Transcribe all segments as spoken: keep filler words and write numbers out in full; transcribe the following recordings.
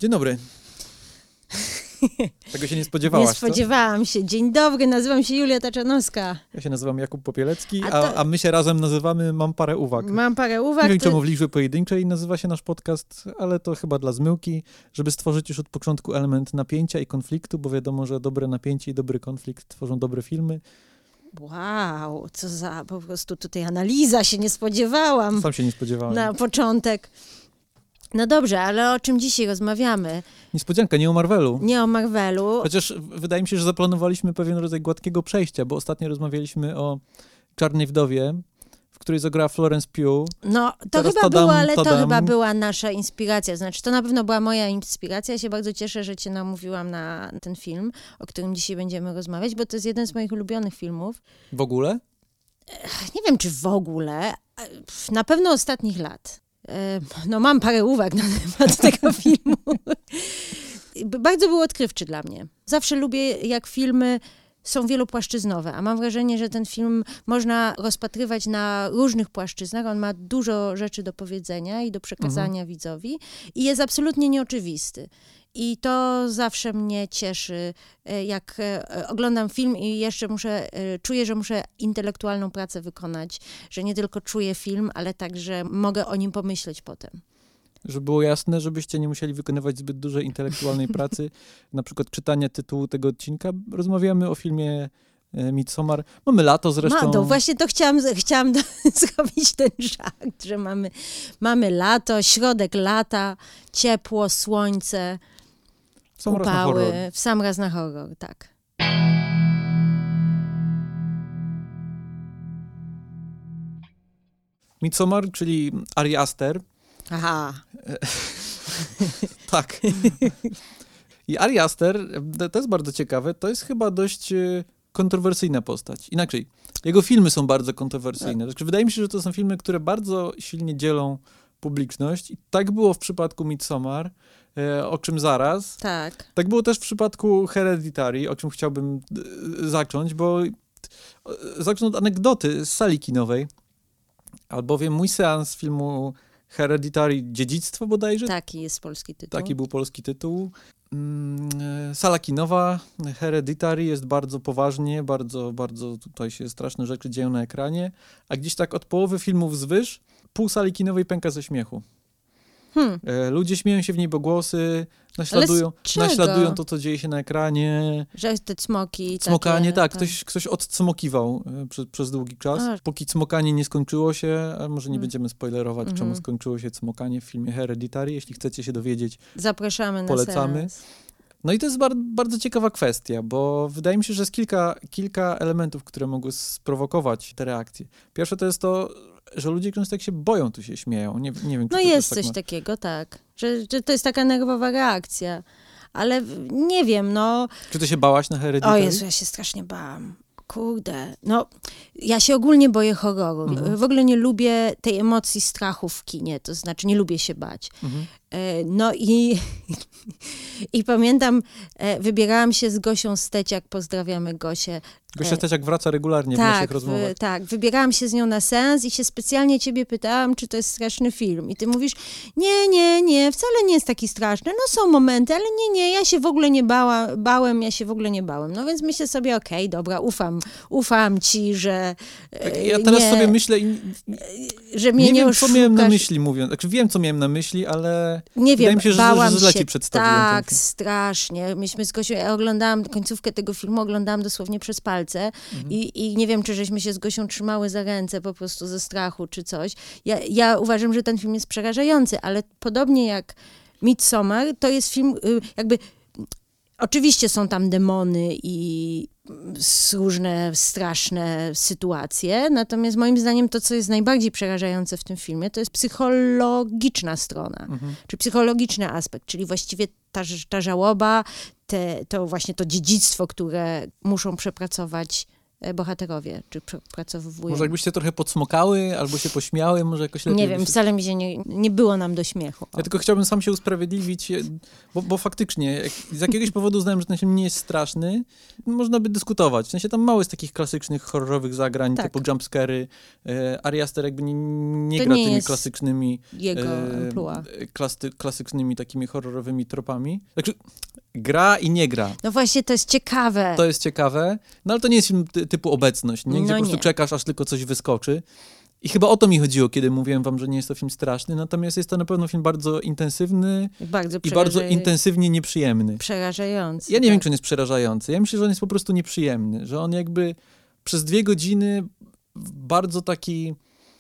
Dzień dobry. Tego się nie spodziewałaś, Nie spodziewałam co? się. Dzień dobry, nazywam się Julia Taczanowska. Ja się nazywam Jakub Popielecki, a, to... a my się razem nazywamy Mam parę uwag. Mam parę uwag. Nie wiem, to... czemu w liczbie pojedynczej nazywa się nasz podcast, ale to chyba dla zmyłki, żeby stworzyć już od początku element napięcia i konfliktu, bo wiadomo, że dobre napięcie i dobry konflikt tworzą dobre filmy. Wow, co za po prostu tutaj analiza, się nie spodziewałam. Sam się nie spodziewałem. Na początek. No dobrze, ale o czym dzisiaj rozmawiamy? Niespodzianka, nie o Marvelu. Nie o Marvelu. Chociaż wydaje mi się, że zaplanowaliśmy pewien rodzaj gładkiego przejścia, bo ostatnio rozmawialiśmy o Czarnej Wdowie, w której zagrała Florence Pugh. No, to Teraz chyba tadam, była, ale to tadam. chyba była nasza inspiracja. Znaczy, to na pewno była moja inspiracja. Ja się bardzo cieszę, że cię namówiłam na ten film, o którym dzisiaj będziemy rozmawiać, bo to jest jeden z moich ulubionych filmów. W ogóle? Nie wiem, czy w ogóle. Na pewno ostatnich lat. No, mam parę uwag na temat tego filmu. Bardzo był odkrywczy dla mnie. Zawsze lubię, jak filmy są wielopłaszczyznowe, a mam wrażenie, że ten film można rozpatrywać na różnych płaszczyznach. On ma dużo rzeczy do powiedzenia i do przekazania mhm. widzowi i jest absolutnie nieoczywisty. I to zawsze mnie cieszy, jak oglądam film i jeszcze muszę, czuję, że muszę intelektualną pracę wykonać, że nie tylko czuję film, ale także mogę o nim pomyśleć potem. Żeby było jasne, żebyście nie musieli wykonywać zbyt dużej intelektualnej pracy, na przykład czytania tytułu tego odcinka. Rozmawiamy o filmie Midsommar. Mamy lato zresztą. No, właśnie to chciałam, chciałam do, zrobić ten żart, że mamy, mamy lato, środek lata, ciepło, słońce, Sam upały, raz na horror. w sam raz na horror, tak. Midsommar, czyli Ari Aster. Aha. Tak. I Ari Aster, to jest bardzo ciekawe, to jest chyba dość kontrowersyjna postać. Inaczej, jego filmy są bardzo kontrowersyjne. Znaczy, wydaje mi się, że to są filmy, które bardzo silnie dzielą publiczność. I tak było w przypadku Midsommar, o czym zaraz. Tak. Tak było też w przypadku Hereditary, o czym chciałbym zacząć, bo zacznę od anegdoty z sali kinowej, albowiem mój seans filmu Hereditary Dziedzictwo bodajże. Taki jest polski tytuł. Taki był polski tytuł. Sala kinowa Hereditary jest bardzo poważnie, bardzo, bardzo tutaj się straszne rzeczy dzieją na ekranie, a gdzieś tak od połowy filmu wzwyż pół sali kinowej pęka ze śmiechu. Hmm. Ludzie śmieją się w niebogłosy, naśladują, naśladują to, co dzieje się na ekranie. Że te cmoki. Cmokanie, takie, tak. tak. Ktoś, ktoś odcmokiwał przez, przez długi czas. A. Póki cmokanie nie skończyło się, a może nie hmm. będziemy spoilerować, hmm. czemu skończyło się cmokanie w filmie Hereditary. Jeśli chcecie się dowiedzieć, zapraszamy polecamy. Na seans. No i to jest bar- bardzo ciekawa kwestia, bo wydaje mi się, że jest kilka, kilka elementów, które mogły sprowokować te reakcje. Pierwsze to jest to, że ludzie często jak się boją, to się śmieją. Nie, nie wiem, czy no to jest tak coś ma... takiego, tak. Że, że to jest taka nerwowa reakcja. Ale nie wiem, no... Czy ty się bałaś na Hereditary? O Jezu, ja się strasznie bałam. Kurde. No, ja się ogólnie boję horroru. Mhm. W ogóle nie lubię tej emocji strachu w kinie. To znaczy, nie lubię się bać. Mhm. No i, i pamiętam, wybierałam się z Gosią Steciak, pozdrawiamy Gosię. Gosia Steciak wraca regularnie tak, w naszych rozmowach. W, tak, wybierałam się z nią na seans i się specjalnie ciebie pytałam, czy to jest straszny film. I ty mówisz, nie, nie, nie, wcale nie jest taki straszny. No są momenty, ale nie, nie, ja się w ogóle nie bała, bałem, ja się w ogóle nie bałem. No więc myślę sobie, okej, okay, dobra, ufam, ufam ci, że tak, ja teraz nie, sobie myślę, że mnie nie, nie wiem, oszukasz. co miałem na myśli mówiąc. Znaczy wiem, co miałem na myśli, ale nie wydaje wiem, mi się, że, bałam że źle się ci przedstawiłem. tak strasznie. Myśmy z Gosią, ja oglądałam końcówkę tego filmu, oglądałam dosłownie przez palce mhm. i, i nie wiem, czy żeśmy się z Gosią trzymały za ręce po prostu ze strachu, czy coś. Ja, ja uważam, że ten film jest przerażający, ale podobnie jak Midsommar, to jest film jakby... Oczywiście są tam demony i różne straszne sytuacje, natomiast moim zdaniem to, co jest najbardziej przerażające w tym filmie, to jest psychologiczna strona, mhm. czy psychologiczny aspekt, czyli właściwie ta, ta żałoba, te, to właśnie to dziedzictwo, które muszą przepracować e, bohaterowie, czy pracowują. Może jakbyście trochę podsmokały, albo się pośmiały, może jakoś lepiej. Nie wiem, by się... wcale mi się nie, nie było nam do śmiechu. O. Ja tylko chciałbym sam się usprawiedliwić, bo, bo faktycznie jak z jakiegoś powodu uznałem, że ten film nie jest straszny, można by dyskutować. W sensie tam mało jest takich klasycznych, horrorowych zagrań, Tak. typu jumpscary. E, Ari Aster jakby nie, nie To gra nie tymi jest klasycznymi Jego e, amplua. klasy, klasycznymi takimi horrorowymi tropami. Znaczy, gra i nie gra. No właśnie, to jest ciekawe. To jest ciekawe, no ale to nie jest film ty, typu Obecność, nie? Gdzie No po prostu nie. czekasz, aż tylko coś wyskoczy. I chyba o to mi chodziło, kiedy mówiłem wam, że nie jest to film straszny, natomiast jest to na pewno film bardzo intensywny Bardzo i bardzo przeraża- intensywnie nieprzyjemny. przerażający. Ja nie wiem, tak. czy on jest przerażający. Ja myślę, że on jest po prostu nieprzyjemny, że on jakby przez dwie godziny w bardzo taki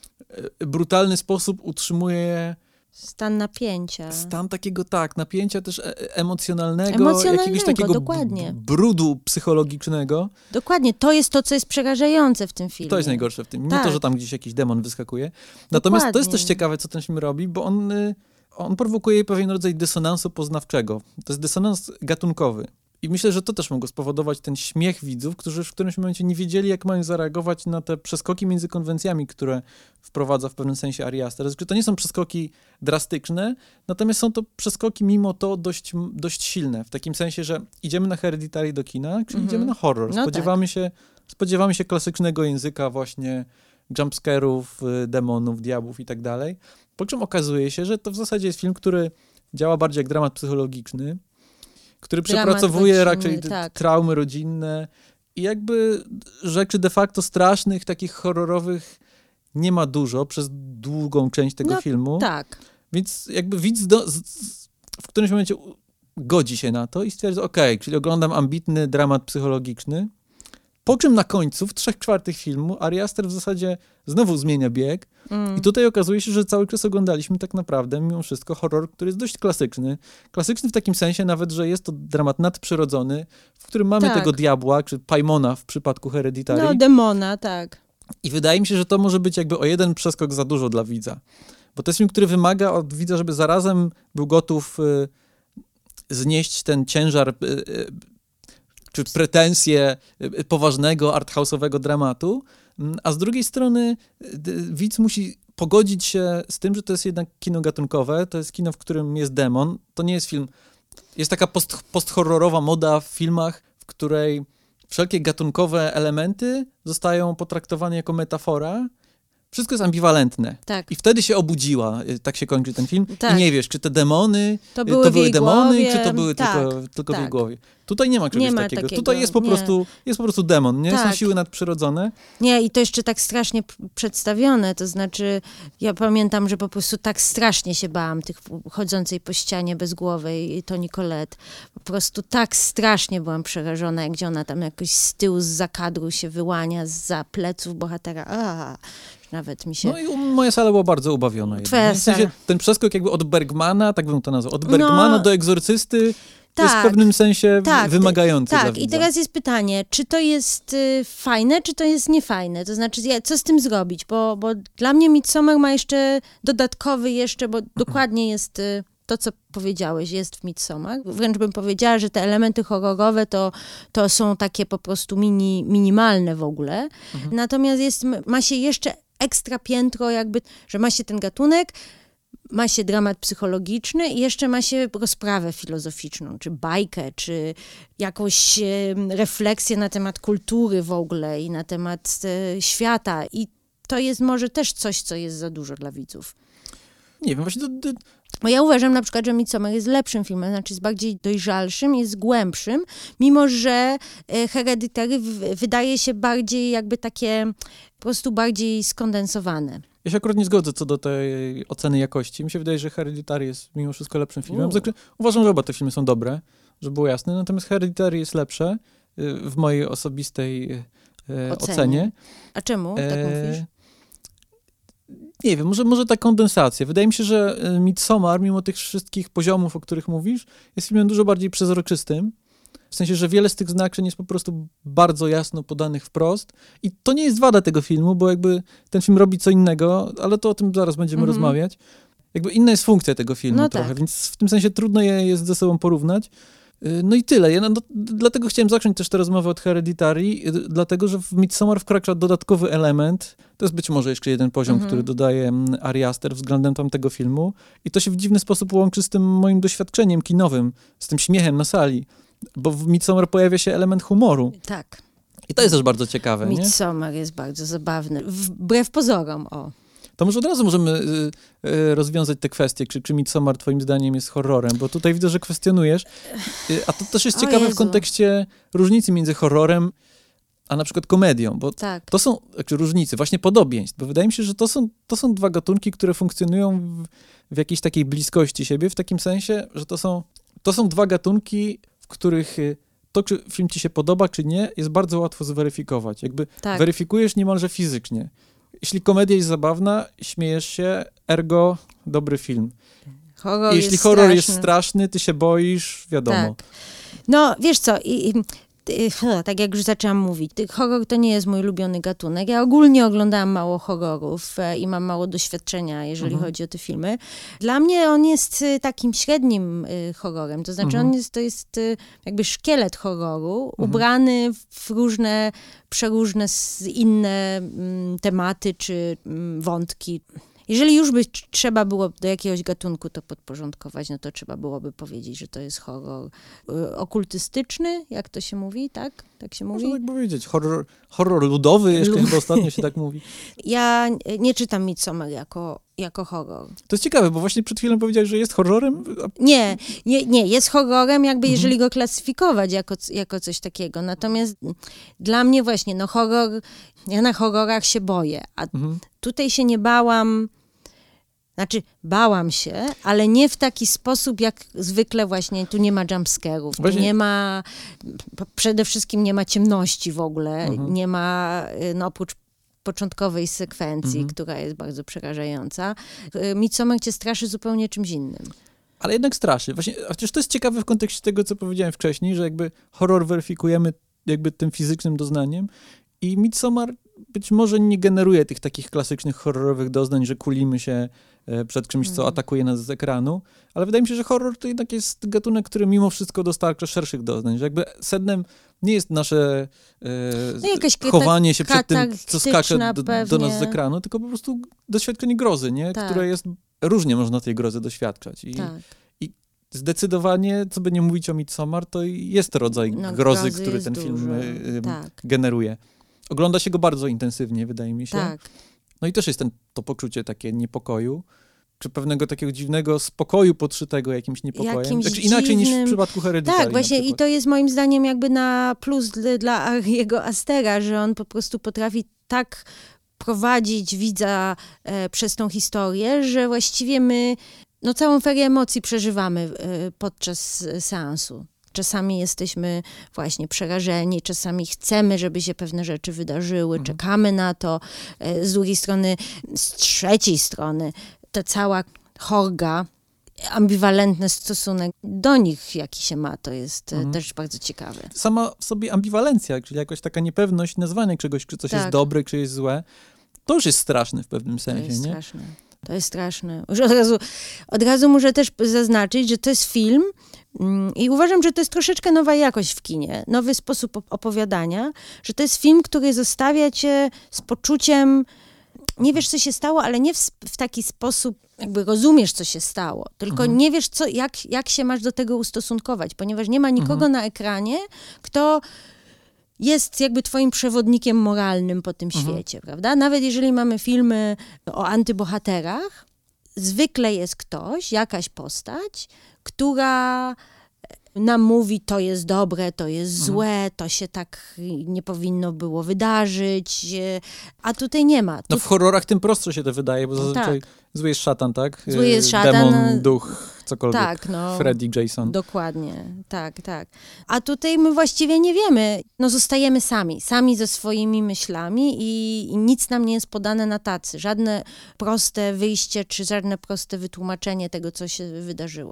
e, brutalny sposób utrzymuje Stan napięcia. stan takiego, tak, napięcia też e- emocjonalnego, Emocjonalnego, jakiegoś takiego dokładnie. b- brudu psychologicznego. Dokładnie, to jest to, co jest przerażające w tym filmie. To jest najgorsze w tym. Nie Tak. to, że tam gdzieś jakiś demon wyskakuje. Natomiast to jest też Dokładnie. ciekawe, co ten film robi, bo on, y, on prowokuje pewien rodzaj dysonansu poznawczego. To jest dysonans gatunkowy. I myślę, że to też mogło spowodować ten śmiech widzów, którzy w którymś momencie nie wiedzieli, jak mają zareagować na te przeskoki między konwencjami, które wprowadza w pewnym sensie Ari Aster. Znaczy, to nie są przeskoki drastyczne, natomiast są to przeskoki mimo to dość, dość silne. W takim sensie, że idziemy na Hereditary do kina, czyli Mhm. idziemy na horror. No Spodziewamy, się, spodziewamy się klasycznego języka właśnie jumpscare'ów, y, demonów, diabłów i tak dalej. Po czym okazuje się, że to w zasadzie jest film, który działa bardziej jak dramat psychologiczny, który Dramat przepracowuje rodzinny, raczej t- tak. traumy rodzinne i jakby rzeczy de facto strasznych, takich horrorowych nie ma dużo przez długą część tego No, filmu. Tak. Więc jakby widz do, z, z, w którymś momencie u- godzi się na to i stwierdza, okej, czyli oglądam ambitny dramat psychologiczny, po czym na końcu, w trzech czwartych filmu, Ari Aster w zasadzie znowu zmienia bieg Mm. i tutaj okazuje się, że cały czas oglądaliśmy tak naprawdę mimo wszystko horror, który jest dość klasyczny. Klasyczny w takim sensie nawet, że jest to dramat nadprzyrodzony, w którym mamy Tak. tego diabła, czy Paimona w przypadku Hereditary. No, demona, tak. I wydaje mi się, że to może być jakby o jeden przeskok za dużo dla widza. Bo to jest film, który wymaga od widza, żeby zarazem był gotów y, znieść ten ciężar y, y, czy pretensje y, poważnego, arthouse'owego dramatu, mm, a z drugiej strony y, d- widz musi pogodzić się z tym, że to jest jednak kino gatunkowe, to jest kino, w którym jest demon, to nie jest film... Jest taka post, posthorrorowa moda w filmach, w której wszelkie gatunkowe elementy zostają potraktowane jako metafora. Wszystko jest ambiwalentne. Tak. I wtedy się obudziła, y, tak się kończy ten film. Tak. I nie wiesz, czy te demony To y, były, to w były jej demony, głowie. czy to były tak, tylko, tylko w jej tak. głowie. Tutaj nie ma czegoś Nie ma takiego. takiego, Tutaj jest po, nie. prostu, jest po prostu demon, nie? Są Tak. siły nadprzyrodzone. Nie, i to jeszcze tak strasznie p- przedstawione, to znaczy ja pamiętam, że po prostu tak strasznie się bałam tych chodzącej po ścianie bezgłowej Toni Collette. Po prostu tak strasznie byłam przerażona, gdzie ona tam jakoś z tyłu, z zakadru się wyłania, za pleców bohatera. A, nawet mi się... No i u- moja sala była bardzo ubawiona. jednak, Twoja nie? W sensie sala. ten przeskok jakby od Bergmana, tak bym to nazwał, od Bergmana No, do Egzorcysty to jest w tak, pewnym sensie tak, wymagający dla Tak, widza. i teraz jest pytanie, czy to jest y, fajne, czy to jest niefajne? To znaczy, ja- co z tym zrobić? Bo, bo dla mnie Midsommar ma jeszcze dodatkowy jeszcze, bo dokładnie jest y, to, co powiedziałeś, jest w Midsommar. Wręcz bym powiedziała, że te elementy horrorowe to, to są takie po prostu mini, minimalne w ogóle. Mhm. Natomiast jest, ma się jeszcze ekstra piętro jakby, że ma się ten gatunek, ma się dramat psychologiczny i jeszcze ma się rozprawę filozoficzną, czy bajkę, czy jakąś e, refleksję na temat kultury w ogóle i na temat e, świata. I to jest może też coś, co jest za dużo dla widzów. Nie wiem, właśnie to, to, Bo ja uważam na przykład, że Midsommar jest lepszym filmem, znaczy jest bardziej dojrzalszym, jest głębszym, mimo że e, Hereditary w, wydaje się bardziej jakby takie, po prostu bardziej skondensowane. ja się akurat nie zgodzę co do tej oceny jakości. Mi się wydaje, że Hereditary jest mimo wszystko lepszym filmem. U. Znaczy, uważam, że oba te filmy są dobre, żeby było jasne, natomiast Hereditary jest lepsze y, w mojej osobistej y, Ocenie. ocenie. A czemu tak E, mówisz? Nie wiem, może, może ta kondensacja. Wydaje mi się, że y, Midsommar, mimo tych wszystkich poziomów, o których mówisz, jest filmem dużo bardziej przezroczystym. W sensie, że wiele z tych znaczeń jest po prostu bardzo jasno podanych wprost. I to nie jest wada tego filmu, bo jakby ten film robi co innego, ale to o tym zaraz będziemy Mhm. rozmawiać. Jakby inna jest funkcja tego filmu No trochę, tak. więc w tym sensie trudno je jest ze sobą porównać. No i tyle. Ja, no, dlatego chciałem zacząć też tę rozmowę od Hereditary, dlatego, że w Midsommar wkracza dodatkowy element. To jest być może jeszcze jeden poziom, Mhm. który dodaje Ari Aster względem tamtego filmu. I to się w dziwny sposób łączy z tym moim doświadczeniem kinowym, z tym śmiechem na sali. Bo w Midsommar pojawia się element humoru. Tak. I to jest też bardzo ciekawe, nie? Midsommar jest bardzo zabawny. Wbrew pozorom, o. To może od razu możemy y, y, rozwiązać te kwestie, czy, czy Midsommar twoim zdaniem jest horrorem, bo tutaj widzę, że kwestionujesz, y, a to też jest O ciekawe w Jezu. kontekście różnicy między horrorem a na przykład komedią, bo Tak. to są, znaczy różnicy, właśnie podobieństw, bo wydaje mi się, że to są, to są dwa gatunki, które funkcjonują w, w jakiejś takiej bliskości siebie, w takim sensie, że to są, to są dwa gatunki, w których y, to, czy film ci się podoba, czy nie, jest bardzo łatwo zweryfikować. Jakby Tak. weryfikujesz niemalże fizycznie. Jeśli komedia jest zabawna, śmiejesz się, ergo dobry film. Horror Jeśli jest horror straszny. jest straszny, ty się boisz, wiadomo. Tak. No, wiesz co, i, i, ty, tak jak już zaczęłam mówić, ty, horror to nie jest mój ulubiony gatunek. Ja ogólnie oglądałam mało horrorów e, i mam mało doświadczenia, jeżeli Mhm. chodzi o te filmy. Dla mnie on jest y, takim średnim y, horrorem, to znaczy Mhm. on jest, to jest y, jakby szkielet horroru, Mhm. ubrany w różne, przeróżne s- inne mm, tematy czy mm, wątki. Jeżeli już by tr- trzeba było do jakiegoś gatunku to podporządkować, no to trzeba byłoby powiedzieć, że to jest horror y, okultystyczny, jak to się mówi, tak? Tak się mówi? Można tak powiedzieć. Horror, horror ludowy, jeszcze Lud- chyba ostatnio się tak mówi. Ja y, nie czytam Midsommar jako, jako horror. To jest ciekawe, bo właśnie przed chwilą powiedziałeś, że jest horrorem, a Nie, nie, nie, jest horrorem jakby, Mhm. jeżeli go klasyfikować jako, c- jako coś takiego. Natomiast dla mnie właśnie, no horror, ja na horrorach się boję, a mhm. tutaj się nie bałam, znaczy bałam się, ale nie w taki sposób, jak zwykle właśnie, tu nie ma jumpscarów, tu Właśnie- nie ma, p- przede wszystkim nie ma ciemności w ogóle, Mhm. nie ma, y, no oprócz początkowej sekwencji, Mhm. która jest bardzo przerażająca, y, Midsommar cię straszy zupełnie czymś innym. Ale jednak straszy. Właśnie, a chociaż to jest ciekawe w kontekście tego, co powiedziałem wcześniej, że jakby horror weryfikujemy jakby tym fizycznym doznaniem i Midsommar być może nie generuje tych takich klasycznych horrorowych doznań, że kulimy się e, przed czymś, co Mhm. atakuje nas z ekranu, ale wydaje mi się, że horror to jednak jest gatunek, który mimo wszystko dostarcza szerszych doznań, że jakby sednem nie jest nasze e, No jakaś kata- chowanie się przed tym, co kataktyczna skacze do, do nas z pewnie. ekranu, tylko po prostu doświadczenie grozy, nie? Tak. Które jest, różnie można tej grozy doświadczać. I, Tak. Zdecydowanie, co by nie mówić o Midsommar, to jest rodzaj No, grozy, grozy który jest ten film dużo. y, y, Tak. generuje. Ogląda się go bardzo intensywnie, wydaje mi się. Tak. No i też jest ten, to poczucie takie niepokoju, czy pewnego takiego dziwnego spokoju podszytego jakimś niepokojem. Jakimś Znaczy, inaczej niż w dziwnym- przypadku Hereditary Tak, na właśnie i przykład. to jest moim zdaniem jakby na plus dla, dla Ariego Astera, że on po prostu potrafi tak prowadzić widza e, przez tą historię, że właściwie my no, całą ferię emocji przeżywamy e, podczas e, seansu. Czasami jesteśmy właśnie przerażeni, czasami chcemy, żeby się pewne rzeczy wydarzyły, Mhm. czekamy na to. E, Z drugiej strony, z trzeciej strony, ta cała horga, ambiwalentny stosunek do nich, jaki się ma, to jest e, Mhm. też bardzo ciekawe. Sama w sobie ambiwalencja, czyli jakaś taka niepewność nazwania czegoś, czy coś Tak. jest dobre, czy jest złe, to już jest straszne w pewnym To sensie, jest nie? straszne. To jest straszne. Już od razu, od razu muszę też zaznaczyć, że to jest film mm, i uważam, że to jest troszeczkę nowa jakość w kinie, nowy sposób op- opowiadania, że to jest film, który zostawia cię z poczuciem, nie wiesz, co się stało, ale nie w, s- w taki sposób, jakby rozumiesz, co się stało, tylko Mhm. nie wiesz, co, jak, jak się masz do tego ustosunkować, ponieważ nie ma nikogo Mhm. na ekranie, kto jest jakby twoim przewodnikiem moralnym po tym Mhm. świecie, prawda? Nawet jeżeli mamy filmy o antybohaterach, zwykle jest ktoś, jakaś postać, która nam mówi, to jest dobre, to jest Mhm. złe, to się tak nie powinno było wydarzyć, e, a tutaj nie ma. No Tu, w horrorach tym prostsze się to wydaje, bo No zazwyczaj tak. zły jest szatan, tak? Zły jest Y, szatan, Demon, no- duch, cokolwiek. tak, no. Freddy, Jason. Dokładnie, tak, tak. A tutaj my właściwie nie wiemy. No zostajemy sami, sami ze swoimi myślami i, i nic nam nie jest podane na tacy. Żadne proste wyjście, czy żadne proste wytłumaczenie tego, co się wydarzyło.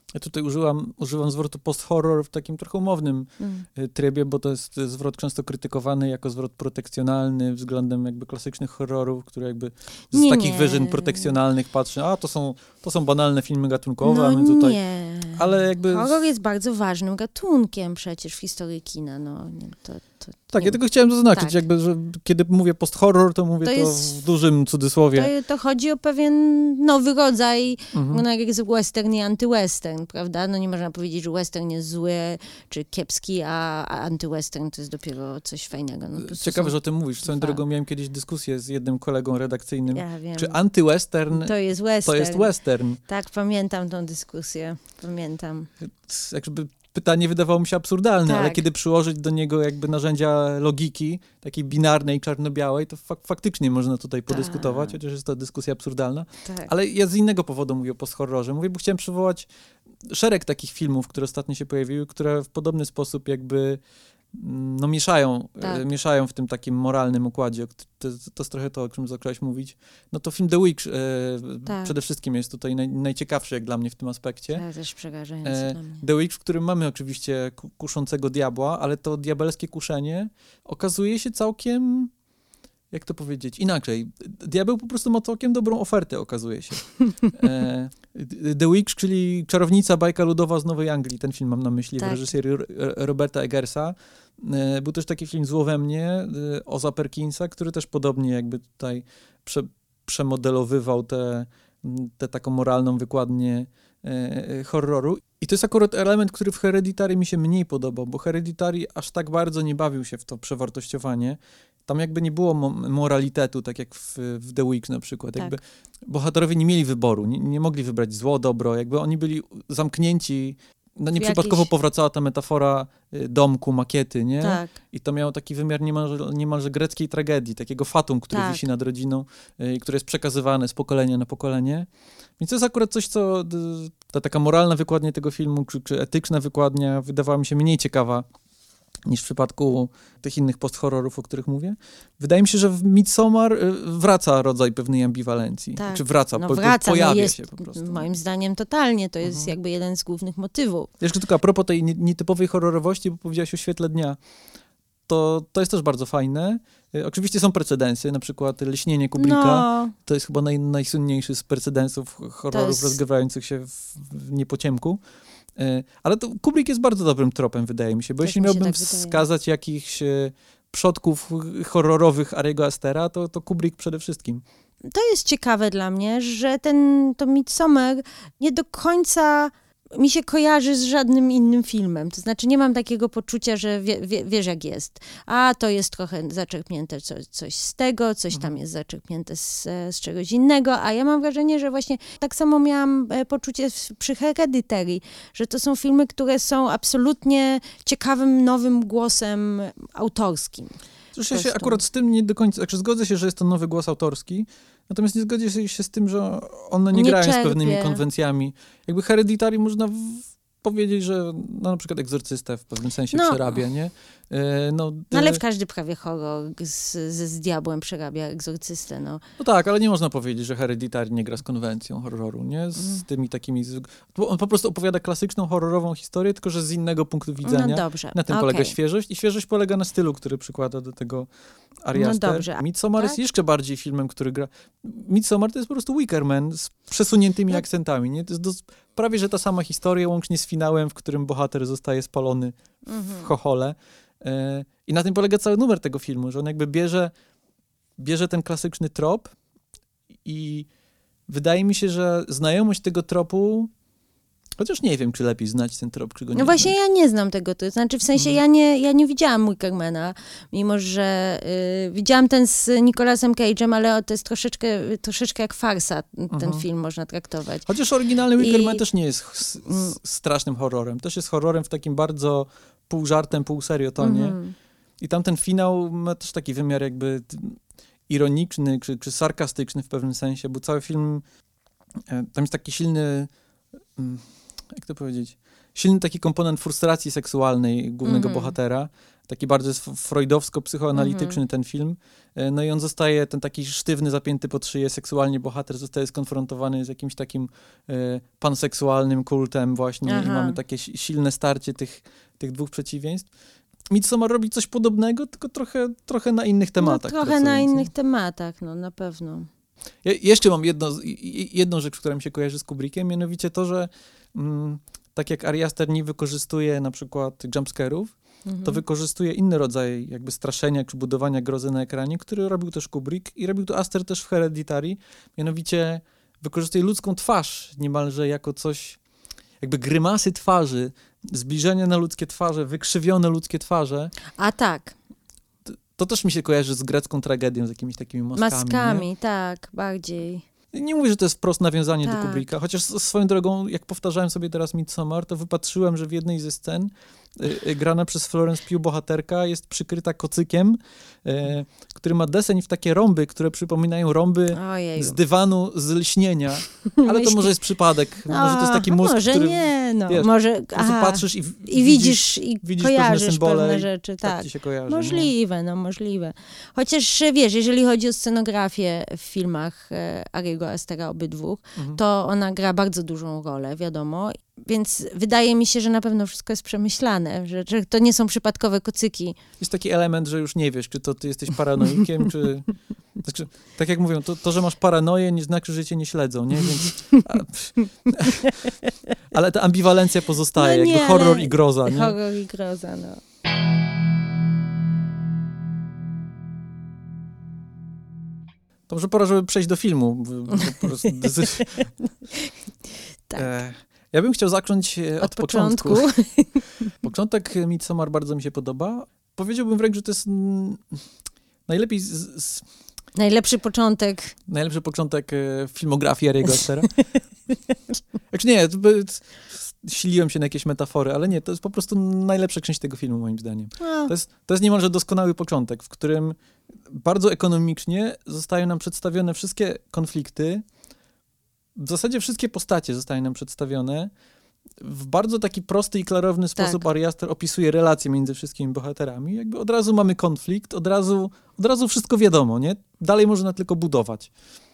Ja tutaj użyłam, używam zwrotu post-horror w takim trochę umownym Mm. y, trybie, bo to jest zwrot często krytykowany jako zwrot protekcjonalny względem jakby klasycznych horrorów, które jakby z Nie, takich nie. wyżyn protekcjonalnych patrzą, a to są, to są banalne filmy gatunkowe, No a my tutaj... nie. Ale jakby... Horror jest bardzo ważnym gatunkiem przecież w historii kina. No, nie, to, to, Tak, nie, ja tylko chciałem zaznaczyć, Tak. jakby, że kiedy mówię post-horror, to mówię To to, jest- w dużym cudzysłowie. to, to chodzi o pewien nowy rodzaj, Mhm. no jak jest western i antywestern, prawda? No nie można powiedzieć, że western jest zły czy kiepski, a, a antywestern to jest dopiero coś fajnego. No, po prostu Ciekawe, są- że o tym mówisz. Swoją dwa. drogą miałem kiedyś dyskusję z jednym kolegą redakcyjnym. Ja wiem. Czy anty-western To jest to western. jest western? Tak, pamiętam tą dyskusję. Pamiętam. Jakby pytanie wydawało mi się absurdalne, Tak. ale kiedy przyłożyć do niego jakby narzędzia logiki, takiej binarnej, czarno-białej, to fak- faktycznie można tutaj podyskutować, Tak. chociaż jest to dyskusja absurdalna. Tak. Ale ja z innego powodu mówię o post-horrorze. Mówię, bo chciałem przywołać szereg takich filmów, które ostatnio się pojawiły, które w podobny sposób jakby mm, no mieszają, Tak. e, mieszają w tym takim moralnym układzie. To, to, to jest trochę to, o czym zaczęłaś mówić. No to film The Witch e, Tak. przede wszystkim jest tutaj naj, najciekawszy jak dla mnie w tym aspekcie. Tak, też przerażające E, dla mnie. The Witch, w którym mamy oczywiście ku- kuszącego diabła, ale to diabelskie kuszenie okazuje się całkiem, jak to powiedzieć, inaczej. Diabeł po prostu ma całkiem dobrą ofertę, okazuje się. E, The Witch, czyli Czarownica, bajka ludowa z Nowej Anglii, ten film mam na myśli, Tak. w reżyserii R- Roberta Eggersa. E, był też taki film Zło we mnie, e, Oza Perkinsa, który też podobnie jakby tutaj prze, przemodelowywał tę te, taką moralną wykładnię e, horroru. I to jest akurat element, który w Hereditary mi się mniej podobał, bo Hereditary aż tak bardzo nie bawił się w to przewartościowanie. Tam jakby nie było mo- moralitetu, tak jak w, w The Witch na przykład. Tak. Jakby bohaterowie nie mieli wyboru, nie, nie mogli wybrać zło, dobro, jakby oni byli zamknięci. No nieprzypadkowo jakiś- powracała ta metafora y, domku, makiety, nie? Tak. I to miało taki wymiar niemalże, niemalże greckiej tragedii, takiego fatum, który Tak. wisi nad rodziną y, i które jest przekazywane z pokolenia na pokolenie. Więc to jest akurat coś, co d- ta taka moralna wykładnia tego filmu, czy, czy etyczna wykładnia wydawała mi się mniej ciekawa niż w przypadku tych innych post-horrorów, o których mówię. Wydaje mi się, że w Midsommar y, wraca rodzaj pewnej ambiwalencji. Tak. Czy wraca, No po, po- wraca, no pojawia jest, się po prostu. moim zdaniem totalnie, to jest Mhm. jakby jeden z głównych motywów. Jeszcze tylko a propos tej nie- nietypowej horrorowości, bo powiedziałaś o Świetle Dnia, to, to jest też bardzo fajne. Y, Oczywiście są precedensy, na przykład Lśnienie Kubricka. No, To jest chyba naj, najsłynniejszy z precedensów horrorów jest- rozgrywających się w, w niepociemku. Y, Ale to Kubrick jest bardzo dobrym tropem, wydaje mi się, bo Też jeśli mi się miałbym tak wydaje. wskazać jakichś y, przodków horrorowych Ariego Astera, to, to Kubrick przede wszystkim. to jest ciekawe dla mnie, że ten, to Midsommar nie do końca mi się kojarzy z żadnym innym filmem. To znaczy nie mam takiego poczucia, że wie, wie, wiesz jak jest. A to jest trochę zaczerpnięte co, coś z tego, coś Mhm. tam jest zaczerpnięte z, z czegoś innego, a ja mam wrażenie, że właśnie tak samo miałam e, poczucie w, przy Hereditary, że to są filmy, które są absolutnie ciekawym, nowym głosem autorskim. Zresztą ja się prostu. akurat z tym nie do końca, znaczy zgodzę się, że jest to nowy głos autorski, natomiast nie zgodzę się- się z tym, że one nie, Nie grają czerpie. z pewnymi konwencjami. Jakby Hereditary można w, powiedzieć, że no, na przykład Egzorcystę w pewnym sensie No. przerabia, nie? E, no, No, ale e, w każdy prawie horror z, z, z diabłem przerabia egzorcystę, no. no tak, ale nie można powiedzieć, że Hereditary nie gra z konwencją horroru, nie? Z Mm. tymi takimi... Z... Bo on po prostu opowiada klasyczną horrorową historię, tylko że z innego punktu widzenia. No dobrze, Na tym okej. polega świeżość i świeżość polega na stylu, który przykłada do tego Ari No Aster. dobrze, a- Midsommar tak? jest jeszcze bardziej filmem, który gra... Midsommar to jest po prostu Wicker Man z przesuniętymi No. akcentami, nie? To jest dos... prawie, że ta sama historia, łącznie z finałem, w którym bohater zostaje spalony w Mhm. chochole. E, I na tym polega cały numer tego filmu, że on jakby bierze, bierze ten klasyczny trop i wydaje mi się, że znajomość tego tropu, chociaż nie wiem, czy lepiej znać ten trop, czy go nie No właśnie znać. ja nie znam tego, to znaczy w sensie Mhm. ja nie, ja nie widziałam Wickermana, mimo że y, widziałam ten z Nicolasem Cage'em, ale to jest troszeczkę, troszeczkę jak farsa ten Mhm. film można traktować. Chociaż oryginalny Wicker I- Man też nie jest s- s- Mm. strasznym horrorem. Też jest horrorem w takim bardzo pół żartem, pół serio tonie. Mhm. I tam ten finał ma też taki wymiar jakby t- ironiczny, czy, czy sarkastyczny w pewnym sensie, bo cały film, e, tam jest taki silny, mm, jak to powiedzieć, silny taki komponent frustracji seksualnej głównego Mhm. bohatera. Taki bardzo jest freudowsko-psychoanalityczny Mhm. ten film. E, No i on zostaje, ten taki sztywny, zapięty pod szyję seksualnie bohater zostaje skonfrontowany z jakimś takim e, panseksualnym kultem właśnie i Aha. mamy takie si- silne starcie tych, tych dwóch przeciwieństw. Midsommar robi coś podobnego, tylko trochę, trochę na innych tematach. No, trochę pracując, na nie? innych tematach, no na pewno. Ja jeszcze mam jedno, z- i- i- jedną rzecz, która mi się kojarzy z Kubrickiem, mianowicie to, że mm, tak jak Ari Aster nie wykorzystuje na przykład jumpscare'ów, Mhm. to wykorzystuje inny rodzaj jakby straszenia czy budowania grozy na ekranie, który robił też Kubrick i robił to Aster też w Hereditary, mianowicie wykorzystuje ludzką twarz niemalże jako coś, jakby grymasy twarzy, zbliżenie na ludzkie twarze, wykrzywione ludzkie twarze. A tak, To też mi się kojarzy z grecką tragedią, z jakimiś takimi maskami. maskami, Nie? tak, bardziej. Nie mówię, że to jest wprost nawiązanie Tak. do Kubricka, chociaż s- swoją drogą, jak powtarzałem sobie teraz Midsommar, to wypatrzyłem, że w jednej ze scen y, y, grana przez Florence Pugh bohaterka jest przykryta kocykiem, y, który ma deseń w takie rąby, które przypominają rąby Ojej. z dywanu z lśnienia, ale to może jest przypadek, może to jest taki mózg, może który nie, no, wiesz, może, po prostu aha, patrzysz i, w- i widzisz, i widzisz pewne kojarzysz symbole pewne i rzeczy, tak tak. ci się kojarzy. nie? Możliwe, no możliwe. Chociaż wiesz, jeżeli chodzi o scenografię w filmach e, Ariego Astera obydwu, Mhm. to ona gra bardzo dużą rolę, wiadomo. Więc wydaje mi się, że na pewno wszystko jest przemyślane, że, że to nie są przypadkowe kocyki. Jest taki element, że już nie wiesz, czy to ty jesteś paranoikiem, czy... Znaczy, tak jak mówią, to, to, że masz paranoję, nie znaczy, że cię nie śledzą, nie? Więc, a, ale ta ambiwalencja pozostaje, No nie, jakby horror ale- i groza, nie? Horror i groza, no. To może pora, żeby przejść do filmu. bo- bo po prostu decy- Tak. E, Ja bym chciał zacząć e, od, Od początku. początku. Początek Midsommar bardzo mi się podoba. Powiedziałbym wręcz, że to jest mm, najlepiej z, z, Najlepszy początek. najlepszy początek e, filmografii Ariego Astera. Znaczy nie, to by- siliłem się na jakieś metafory, ale nie, to jest po prostu najlepsza część tego filmu, moim zdaniem. No, To jest, to jest niemalże doskonały początek, w którym bardzo ekonomicznie zostają nam przedstawione wszystkie konflikty, w zasadzie wszystkie postacie zostają nam przedstawione. W bardzo taki prosty i klarowny sposób Tak. Ari Aster opisuje relacje między wszystkimi bohaterami. Jakby od razu mamy konflikt, od razu, od razu wszystko wiadomo, nie? Dalej można tylko budować.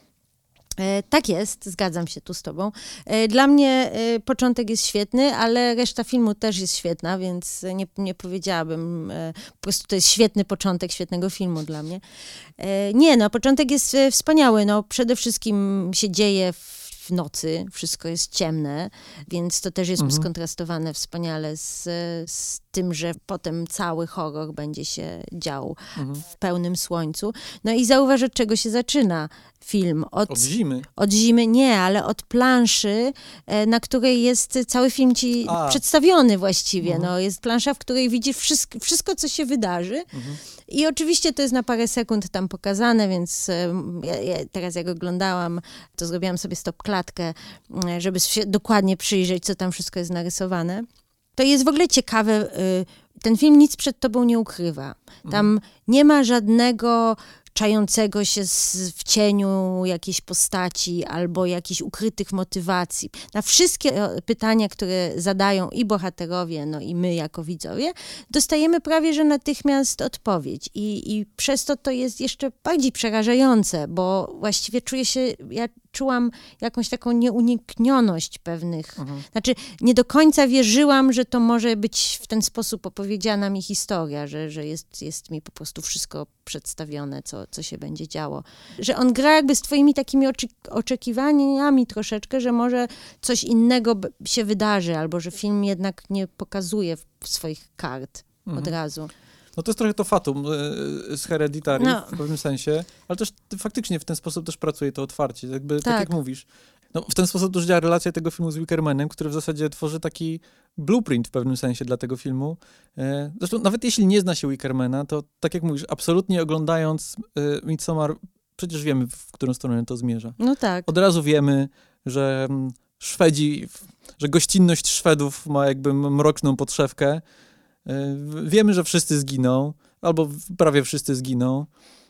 E, tak jest, zgadzam się tu z tobą. E, dla mnie e, początek jest świetny, ale reszta filmu też jest świetna, więc nie, nie powiedziałabym, e, po prostu to jest świetny początek świetnego filmu dla mnie. E, nie, no, początek jest e, wspaniały, no, przede wszystkim się dzieje w w nocy, wszystko jest ciemne, więc to też jest Mhm. skontrastowane wspaniale z, z tym, że potem cały horror będzie się dział Mhm. w pełnym słońcu. No i zauważ, od czego się zaczyna film. Od, Od zimy. od zimy nie, ale od planszy, e, na której jest cały film ci A. przedstawiony właściwie. Mhm. No, jest plansza, w której widzisz wszystko, wszystko, co się wydarzy. Mhm. I oczywiście to jest na parę sekund tam pokazane, więc em, ja, ja teraz jak oglądałam, to zrobiłam sobie stop klatkę, mm, żeby się dokładnie przyjrzeć, co tam wszystko jest narysowane. To jest w ogóle ciekawe. y, Ten film nic przed tobą nie ukrywa. Tam nie ma żadnego czającego się z, w cieniu jakiejś postaci albo jakichś ukrytych motywacji. Na wszystkie e, pytania, które zadają i bohaterowie, no i my jako widzowie, dostajemy prawie że natychmiast odpowiedź. I, i przez to to jest jeszcze bardziej przerażające, bo właściwie czuję się, ja czułam jakąś taką nieuniknioność pewnych. Mhm. Znaczy, nie do końca wierzyłam, że to może być w ten sposób opowiedziana mi historia, że, że jest, jest mi po prostu wszystko przedstawione, co, co się będzie działo. Że on gra jakby z twoimi takimi oczy, oczekiwaniami troszeczkę, że może coś innego b- się wydarzy, albo że film jednak nie pokazuje w- swoich kart od Mhm. razu. No to jest trochę to fatum y, z Hereditary No. w pewnym sensie, ale też ty faktycznie w ten sposób też pracuje to otwarcie, jakby tak, Tak. jak mówisz. No, w ten sposób też działa relacja tego filmu z Wickermanem, który w zasadzie tworzy taki blueprint w pewnym sensie dla tego filmu. E, Zresztą nawet jeśli nie zna się Wickermana, to tak jak mówisz, absolutnie oglądając y, Midsommar, przecież wiemy, w którą stronę to zmierza. No tak. Od razu wiemy, że mm, Szwedzi, że gościnność Szwedów ma jakby m- mroczną podszewkę. Y, Wiemy, że wszyscy zginą, albo w- prawie wszyscy zginą.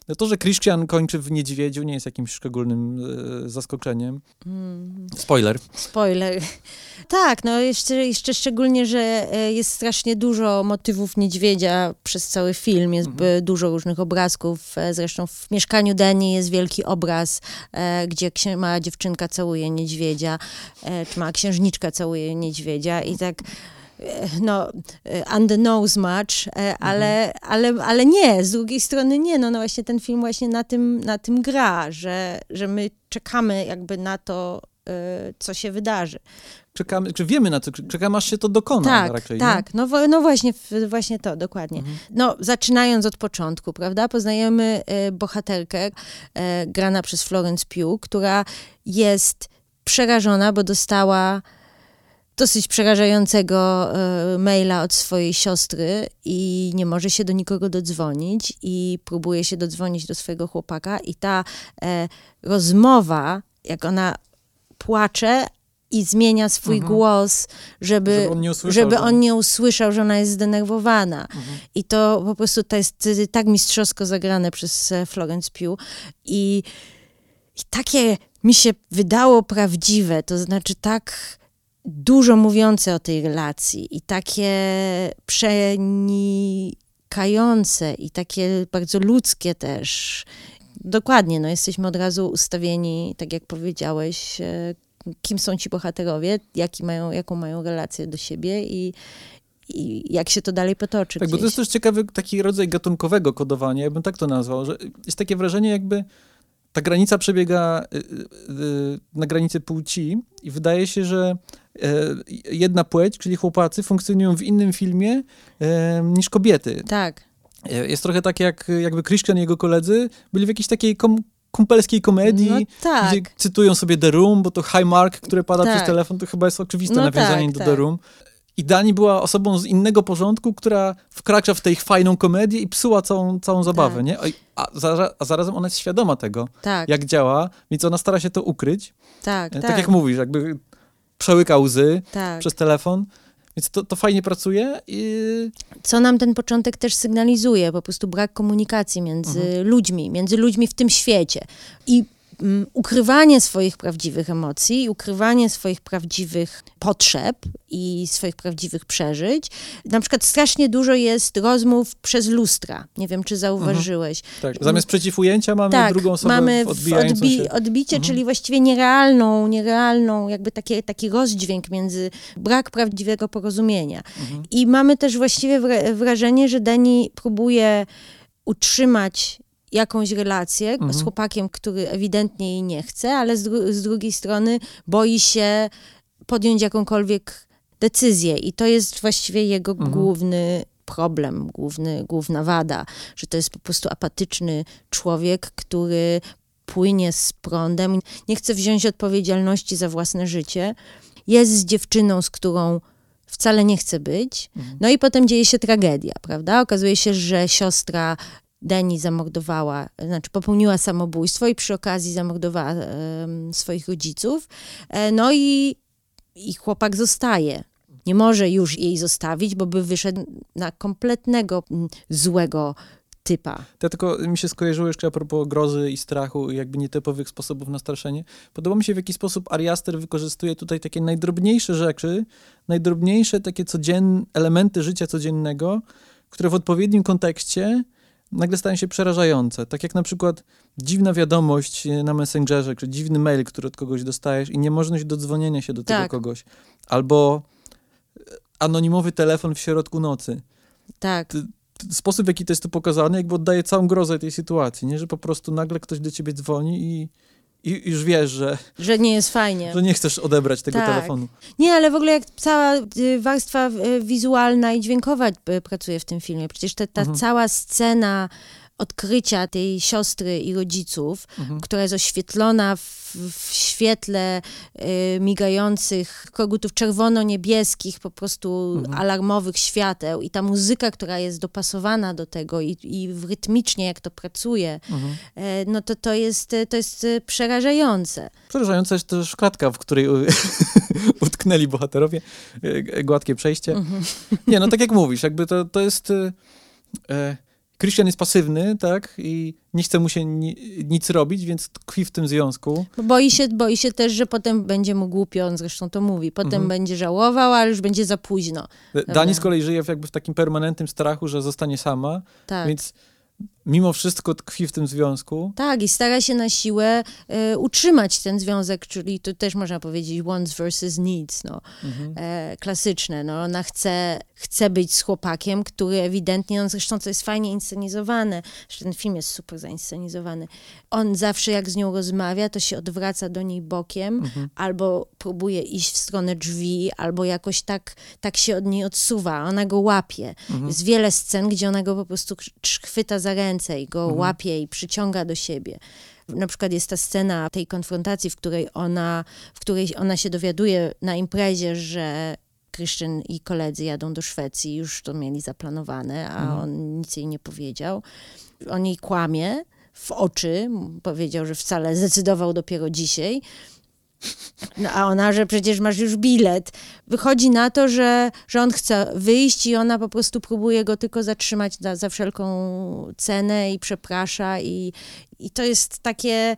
No to, że Christian kończy w niedźwiedziu, nie jest jakimś szczególnym e, zaskoczeniem. Mm. Spoiler. Spoiler. Tak, no jeszcze, jeszcze szczególnie, że e, jest strasznie dużo motywów niedźwiedzia przez cały film. Jest Mhm. b- dużo różnych obrazków. E, Zresztą w mieszkaniu Deni jest wielki obraz, e, gdzie księ- mała dziewczynka całuje niedźwiedzia, e, czy mała księżniczka całuje niedźwiedzia i tak e, no, e, on the nose much, e, ale, ale, ale nie, z drugiej strony nie, no, no właśnie ten film właśnie na tym, na tym gra, że, że my czekamy jakby na to, e, co się wydarzy. Czekamy, czy wiemy na to, czekamy aż się to dokona Tak, raczej. tak, no, wo- no właśnie, w- właśnie to, dokładnie. Mhm. No, zaczynając od początku, prawda, poznajemy e, bohaterkę e, grana przez Florence Pugh, która jest przerażona, bo dostała dosyć przerażającego e, maila od swojej siostry i nie może się do nikogo dodzwonić i próbuje się dodzwonić do swojego chłopaka i ta e, rozmowa, jak ona płacze i zmienia swój Mhm. głos, żeby, Żeby on nie usłyszał, żeby że- on nie usłyszał, że ona jest zdenerwowana. Mhm. I to po prostu to jest y, tak mistrzowsko zagrane przez e, Florence Pugh. I, I takie mi się wydało prawdziwe, to znaczy tak dużo mówiące o tej relacji i takie przenikające i takie bardzo ludzkie też. Dokładnie, no jesteśmy od razu ustawieni, tak jak powiedziałeś, e, kim są ci bohaterowie, jaki mają, jaką mają relację do siebie i, i jak się to dalej potoczy Tak, gdzieś. bo to jest też ciekawy taki rodzaj gatunkowego kodowania, ja bym tak to nazwał, że jest takie wrażenie, jakby ta granica przebiega y, y, y, na granicy płci i wydaje się, że y, jedna płeć, czyli chłopacy, funkcjonują w innym filmie y, niż kobiety. Tak, Y, Jest trochę tak, jak jakby Christian i jego koledzy byli w jakiejś takiej kom- kumpelskiej komedii, no tak. gdzie cytują sobie The Room, bo to High Mark, które pada Tak. przez telefon, to chyba jest oczywiste No nawiązanie tak, do tak. The Room. I Dani była osobą z innego porządku, która wkracza w tę ich fajną komedię i psuła całą, całą zabawę, Tak. nie? Oj, A, zara, a zarazem ona jest świadoma tego, Tak, jak działa, więc ona stara się to ukryć. tak, E, tak, Tak jak mówisz, jakby przełyka łzy tak. przez telefon, więc to, to fajnie pracuje. I... Co nam ten początek też sygnalizuje, po prostu brak komunikacji między ludźmi, między ludźmi w tym świecie. I mm, ukrywanie swoich prawdziwych emocji, ukrywanie swoich prawdziwych potrzeb i swoich prawdziwych przeżyć. Na przykład strasznie dużo jest rozmów przez lustra. Nie wiem, czy zauważyłeś. Tak, zamiast przeciwujęcia mamy Tak, drugą osobę mamy w w odbijającą odbi- się. odbicie, Mhm. czyli właściwie nierealną, nierealną, jakby takie, taki rozdźwięk między brak prawdziwego porozumienia. Mhm. I mamy też właściwie wra- wrażenie, że Dani próbuje utrzymać jakąś relację Mhm. z chłopakiem, który ewidentnie jej nie chce, ale z, dru- z drugiej strony boi się podjąć jakąkolwiek decyzję i to jest właściwie jego Mhm. główny problem, główny, główna wada, że to jest po prostu apatyczny człowiek, który płynie z prądem, nie chce wziąć odpowiedzialności za własne życie, jest z dziewczyną, z którą wcale nie chce być, Mhm. no i potem dzieje się tragedia, prawda? Okazuje się, że siostra Deni zamordowała, znaczy popełniła samobójstwo i przy okazji zamordowała em, swoich rodziców, e, no i, i chłopak zostaje. Nie może już jej zostawić, bo by wyszedł na kompletnego mm, złego typa. To tylko mi się skojarzyło jeszcze a propos grozy i strachu i jakby nietypowych sposobów na straszenie. Podoba mi się, w jaki sposób Ari Aster wykorzystuje tutaj takie najdrobniejsze rzeczy, najdrobniejsze takie codzienne elementy życia codziennego, które w odpowiednim kontekście nagle stają się przerażające. Tak jak na przykład dziwna wiadomość na Messengerze, czy dziwny mail, który od kogoś dostajesz i niemożność dodzwonienia się do tego Tak. kogoś. Albo anonimowy telefon w środku nocy. Tak, Sposób, w jaki to jest tu pokazane, jakby oddaje całą grozę tej sytuacji, nie? Że po prostu nagle ktoś do ciebie dzwoni i, i już wiesz, że, że nie jest fajnie. że nie chcesz odebrać tego Tak. telefonu. Nie, ale w ogóle jak cała y, warstwa y, wizualna i dźwiękowa y, pracuje w tym filmie. Przecież ta, ta Mhm. cała scena odkrycia tej siostry i rodziców, Mhm. która jest oświetlona w, w świetle y, migających kogutów czerwono-niebieskich, po prostu Mhm. alarmowych świateł i ta muzyka, która jest dopasowana do tego i, i rytmicznie jak to pracuje, Mhm. e, no to to jest, to jest e, przerażające. Przerażająca jest też klatka, w której u- utknęli bohaterowie. E, Gładkie przejście. Mhm. Nie, no tak jak mówisz, jakby to, to jest... e, E, Christian jest pasywny, tak, i nie chce mu się ni- nic robić, więc tkwi w tym związku. Bo boi się, boi się też, że potem będzie mu głupio, on zresztą to mówi. Potem Mhm. będzie żałował, ale już będzie za późno. Dani z kolei żyje w, jakby w takim permanentnym strachu, że zostanie sama, Tak. więc mimo wszystko tkwi w tym związku. Tak, i stara się na siłę e, utrzymać ten związek, czyli to też można powiedzieć wants versus needs, no. Mhm. E, klasyczne. No. Ona chce, chce być z chłopakiem, który ewidentnie, on zresztą to jest fajnie inscenizowane, że ten film jest super zainscenizowany. On zawsze jak z nią rozmawia, to się odwraca do niej bokiem, Mhm. albo próbuje iść w stronę drzwi, albo jakoś tak, tak się od niej odsuwa. Ona go łapie. Mhm. Jest wiele scen, gdzie ona go po prostu ch- chwyta za ręce i go Mhm. łapie i przyciąga do siebie. Na przykład jest ta scena tej konfrontacji, w której ona, w której ona się dowiaduje na imprezie, że Christian i koledzy jadą do Szwecji, już to mieli zaplanowane, a Mhm. on nic jej nie powiedział. On jej kłamie w oczy, powiedział, że wcale zdecydował dopiero dzisiaj. No, a ona, że przecież masz już bilet. Wychodzi na to, że, że on chce wyjść i ona po prostu próbuje go tylko zatrzymać za, za wszelką cenę i przeprasza. I, i to jest takie,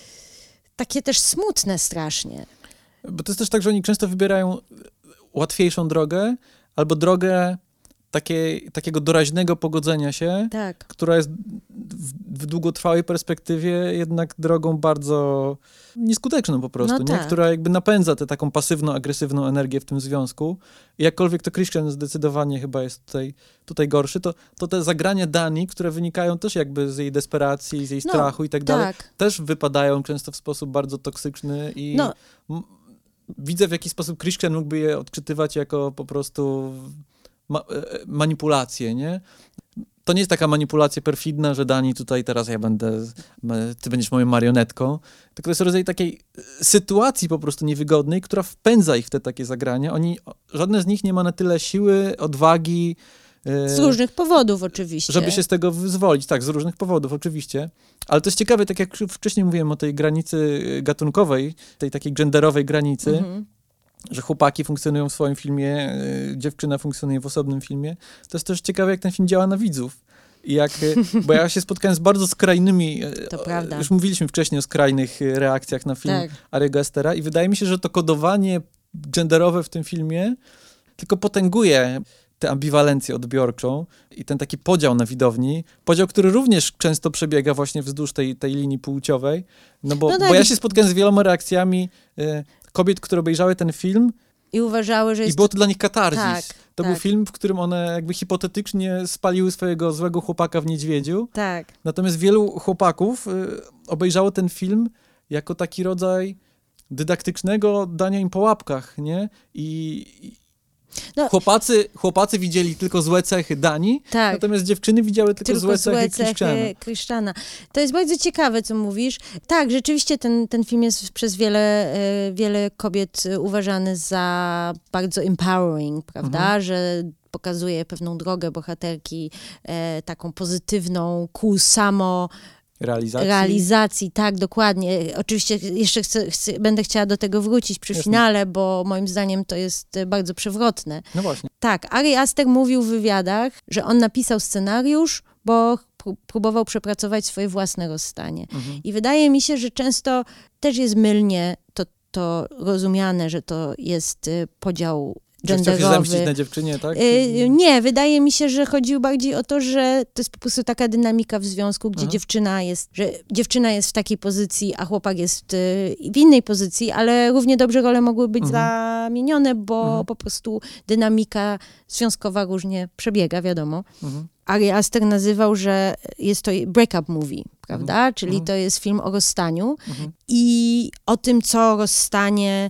takie też smutne strasznie. Bo to jest też tak, że oni często wybierają łatwiejszą drogę, albo drogę takiej, takiego doraźnego pogodzenia się, Tak. która jest w, w długotrwałej perspektywie jednak drogą bardzo nieskuteczną po prostu, No nie? tak. Która jakby napędza tę taką pasywną, agresywną energię w tym związku. I jakkolwiek to Christian zdecydowanie chyba jest tutaj, tutaj gorszy, to, to te zagrania Dani, które wynikają też jakby z jej desperacji, z jej No, strachu i tak dalej, tak. też wypadają często w sposób bardzo toksyczny i No. m- widzę, w jaki sposób Christian mógłby je odczytywać jako po prostu ma- e, manipulację, nie? To nie jest taka manipulacja perfidna, że Dani tutaj teraz ja będę, m- ty będziesz moją marionetką, tylko to jest rodzaj takiej e, sytuacji po prostu niewygodnej, która wpędza ich w te takie zagrania. Oni, o- żadne z nich nie ma na tyle siły, odwagi, e, Z różnych powodów oczywiście. żeby się z tego wyzwolić. Tak, z różnych powodów oczywiście. Ale to jest ciekawe, tak jak wcześniej mówiłem o tej granicy gatunkowej, tej takiej genderowej granicy, Mhm. że chłopaki funkcjonują w swoim filmie, y, dziewczyna funkcjonuje w osobnym filmie. To jest też ciekawe, jak ten film działa na widzów. I jak, y, bo ja się spotkałem z bardzo skrajnymi, y, To o, prawda. już mówiliśmy wcześniej o skrajnych y, reakcjach na film Tak. Ariego Astera i wydaje mi się, że to kodowanie genderowe w tym filmie tylko potęguje tę ambiwalencję odbiorczą i ten taki podział na widowni, podział, który również często przebiega właśnie wzdłuż tej, tej linii płciowej, no bo, No tak. bo ja się spotkałem z wieloma reakcjami y, kobiet, które obejrzały ten film I uważały, że i jest było to dla nich katarzis. Tak, to tak. był film, w którym one jakby hipotetycznie spaliły swojego złego chłopaka w niedźwiedziu, tak. natomiast wielu chłopaków y, obejrzało ten film jako taki rodzaj dydaktycznego dania im po łapkach, nie? I, i No- chłopacy, chłopacy widzieli tylko złe cechy Dani, Tak. natomiast dziewczyny widziały tylko, Tylko złe cechy Christiana. Christiana. To jest bardzo ciekawe, co mówisz. Tak, rzeczywiście ten, ten film jest przez wiele, e, wiele kobiet e, uważany za bardzo empowering, prawda? Mhm. Że pokazuje pewną drogę bohaterki, e, taką pozytywną ku samo Realizacji. realizacji, tak, dokładnie. Oczywiście jeszcze chcę, chcę, będę chciała do tego wrócić przy Jasne. finale, bo moim zdaniem to jest e, bardzo przewrotne. No właśnie. Tak, Ari Aster mówił w wywiadach, że on napisał scenariusz, bo pró- próbował przepracować swoje własne rozstanie. Mhm. I wydaje mi się, że często też jest mylnie to, to rozumiane, że to jest y, podział Że chciał się genderowy. zemścić na dziewczynie, tak? Y, nie, wydaje mi się, że chodziło bardziej o to, że to jest po prostu taka dynamika w związku, gdzie Aha. dziewczyna jest, że dziewczyna jest w takiej pozycji, a chłopak jest y, w innej pozycji, ale równie dobrze role mogły być Mhm. zamienione, bo Mhm. po prostu dynamika związkowa różnie przebiega, wiadomo. Mhm. Ari Aster nazywał, że jest to breakup movie, prawda? Mhm. Czyli Mhm. to jest film o rozstaniu Mhm. i o tym, co rozstanie,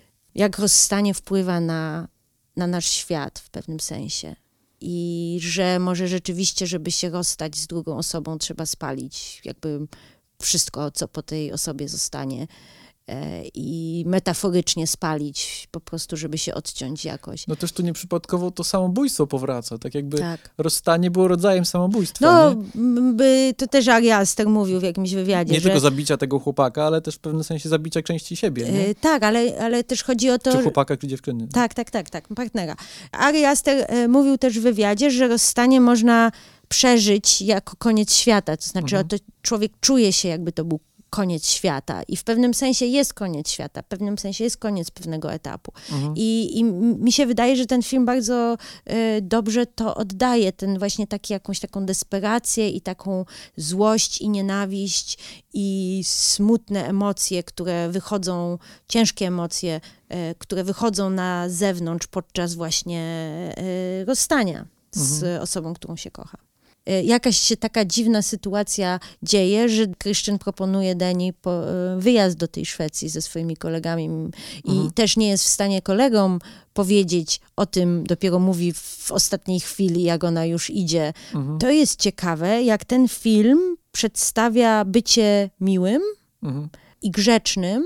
jak rozstanie wpływa na, na nasz świat w pewnym sensie. I że może rzeczywiście, żeby się rozstać z drugą osobą, trzeba spalić jakby wszystko, co po tej osobie zostanie. E, I metaforycznie spalić, po prostu, żeby się odciąć jakoś. No też tu nieprzypadkowo to samobójstwo powraca, tak jakby Tak. rozstanie było rodzajem samobójstwa, No, nie? m, by, to też Ari Aster mówił w jakimś wywiadzie, Nie że... tylko zabicia tego chłopaka, ale też w pewnym sensie zabicia części siebie, nie? e, tak, ale, ale też chodzi o to... Czy chłopaka, czy dziewczyny. Tak, tak, tak, tak, partnera. Ari Aster e, mówił też w wywiadzie, że rozstanie można przeżyć jako koniec świata. To znaczy, Mhm. to człowiek czuje się, jakby to był koniec świata i w pewnym sensie jest koniec świata, w pewnym sensie jest koniec pewnego etapu. Mhm. I, I mi się wydaje, że ten film bardzo y, dobrze to oddaje, ten właśnie taki, jakąś taką desperację i taką złość i nienawiść i smutne emocje, które wychodzą, ciężkie emocje, y, które wychodzą na zewnątrz podczas właśnie y, rozstania z Mhm. osobą, którą się kocha. Jakaś się taka dziwna sytuacja dzieje, że Christian proponuje Dani po, wyjazd do tej Szwecji ze swoimi kolegami i Mhm. też nie jest w stanie kolegom powiedzieć o tym, dopiero mówi w ostatniej chwili, jak ona już idzie. Mhm. To jest ciekawe, jak ten film przedstawia bycie miłym Mhm. i grzecznym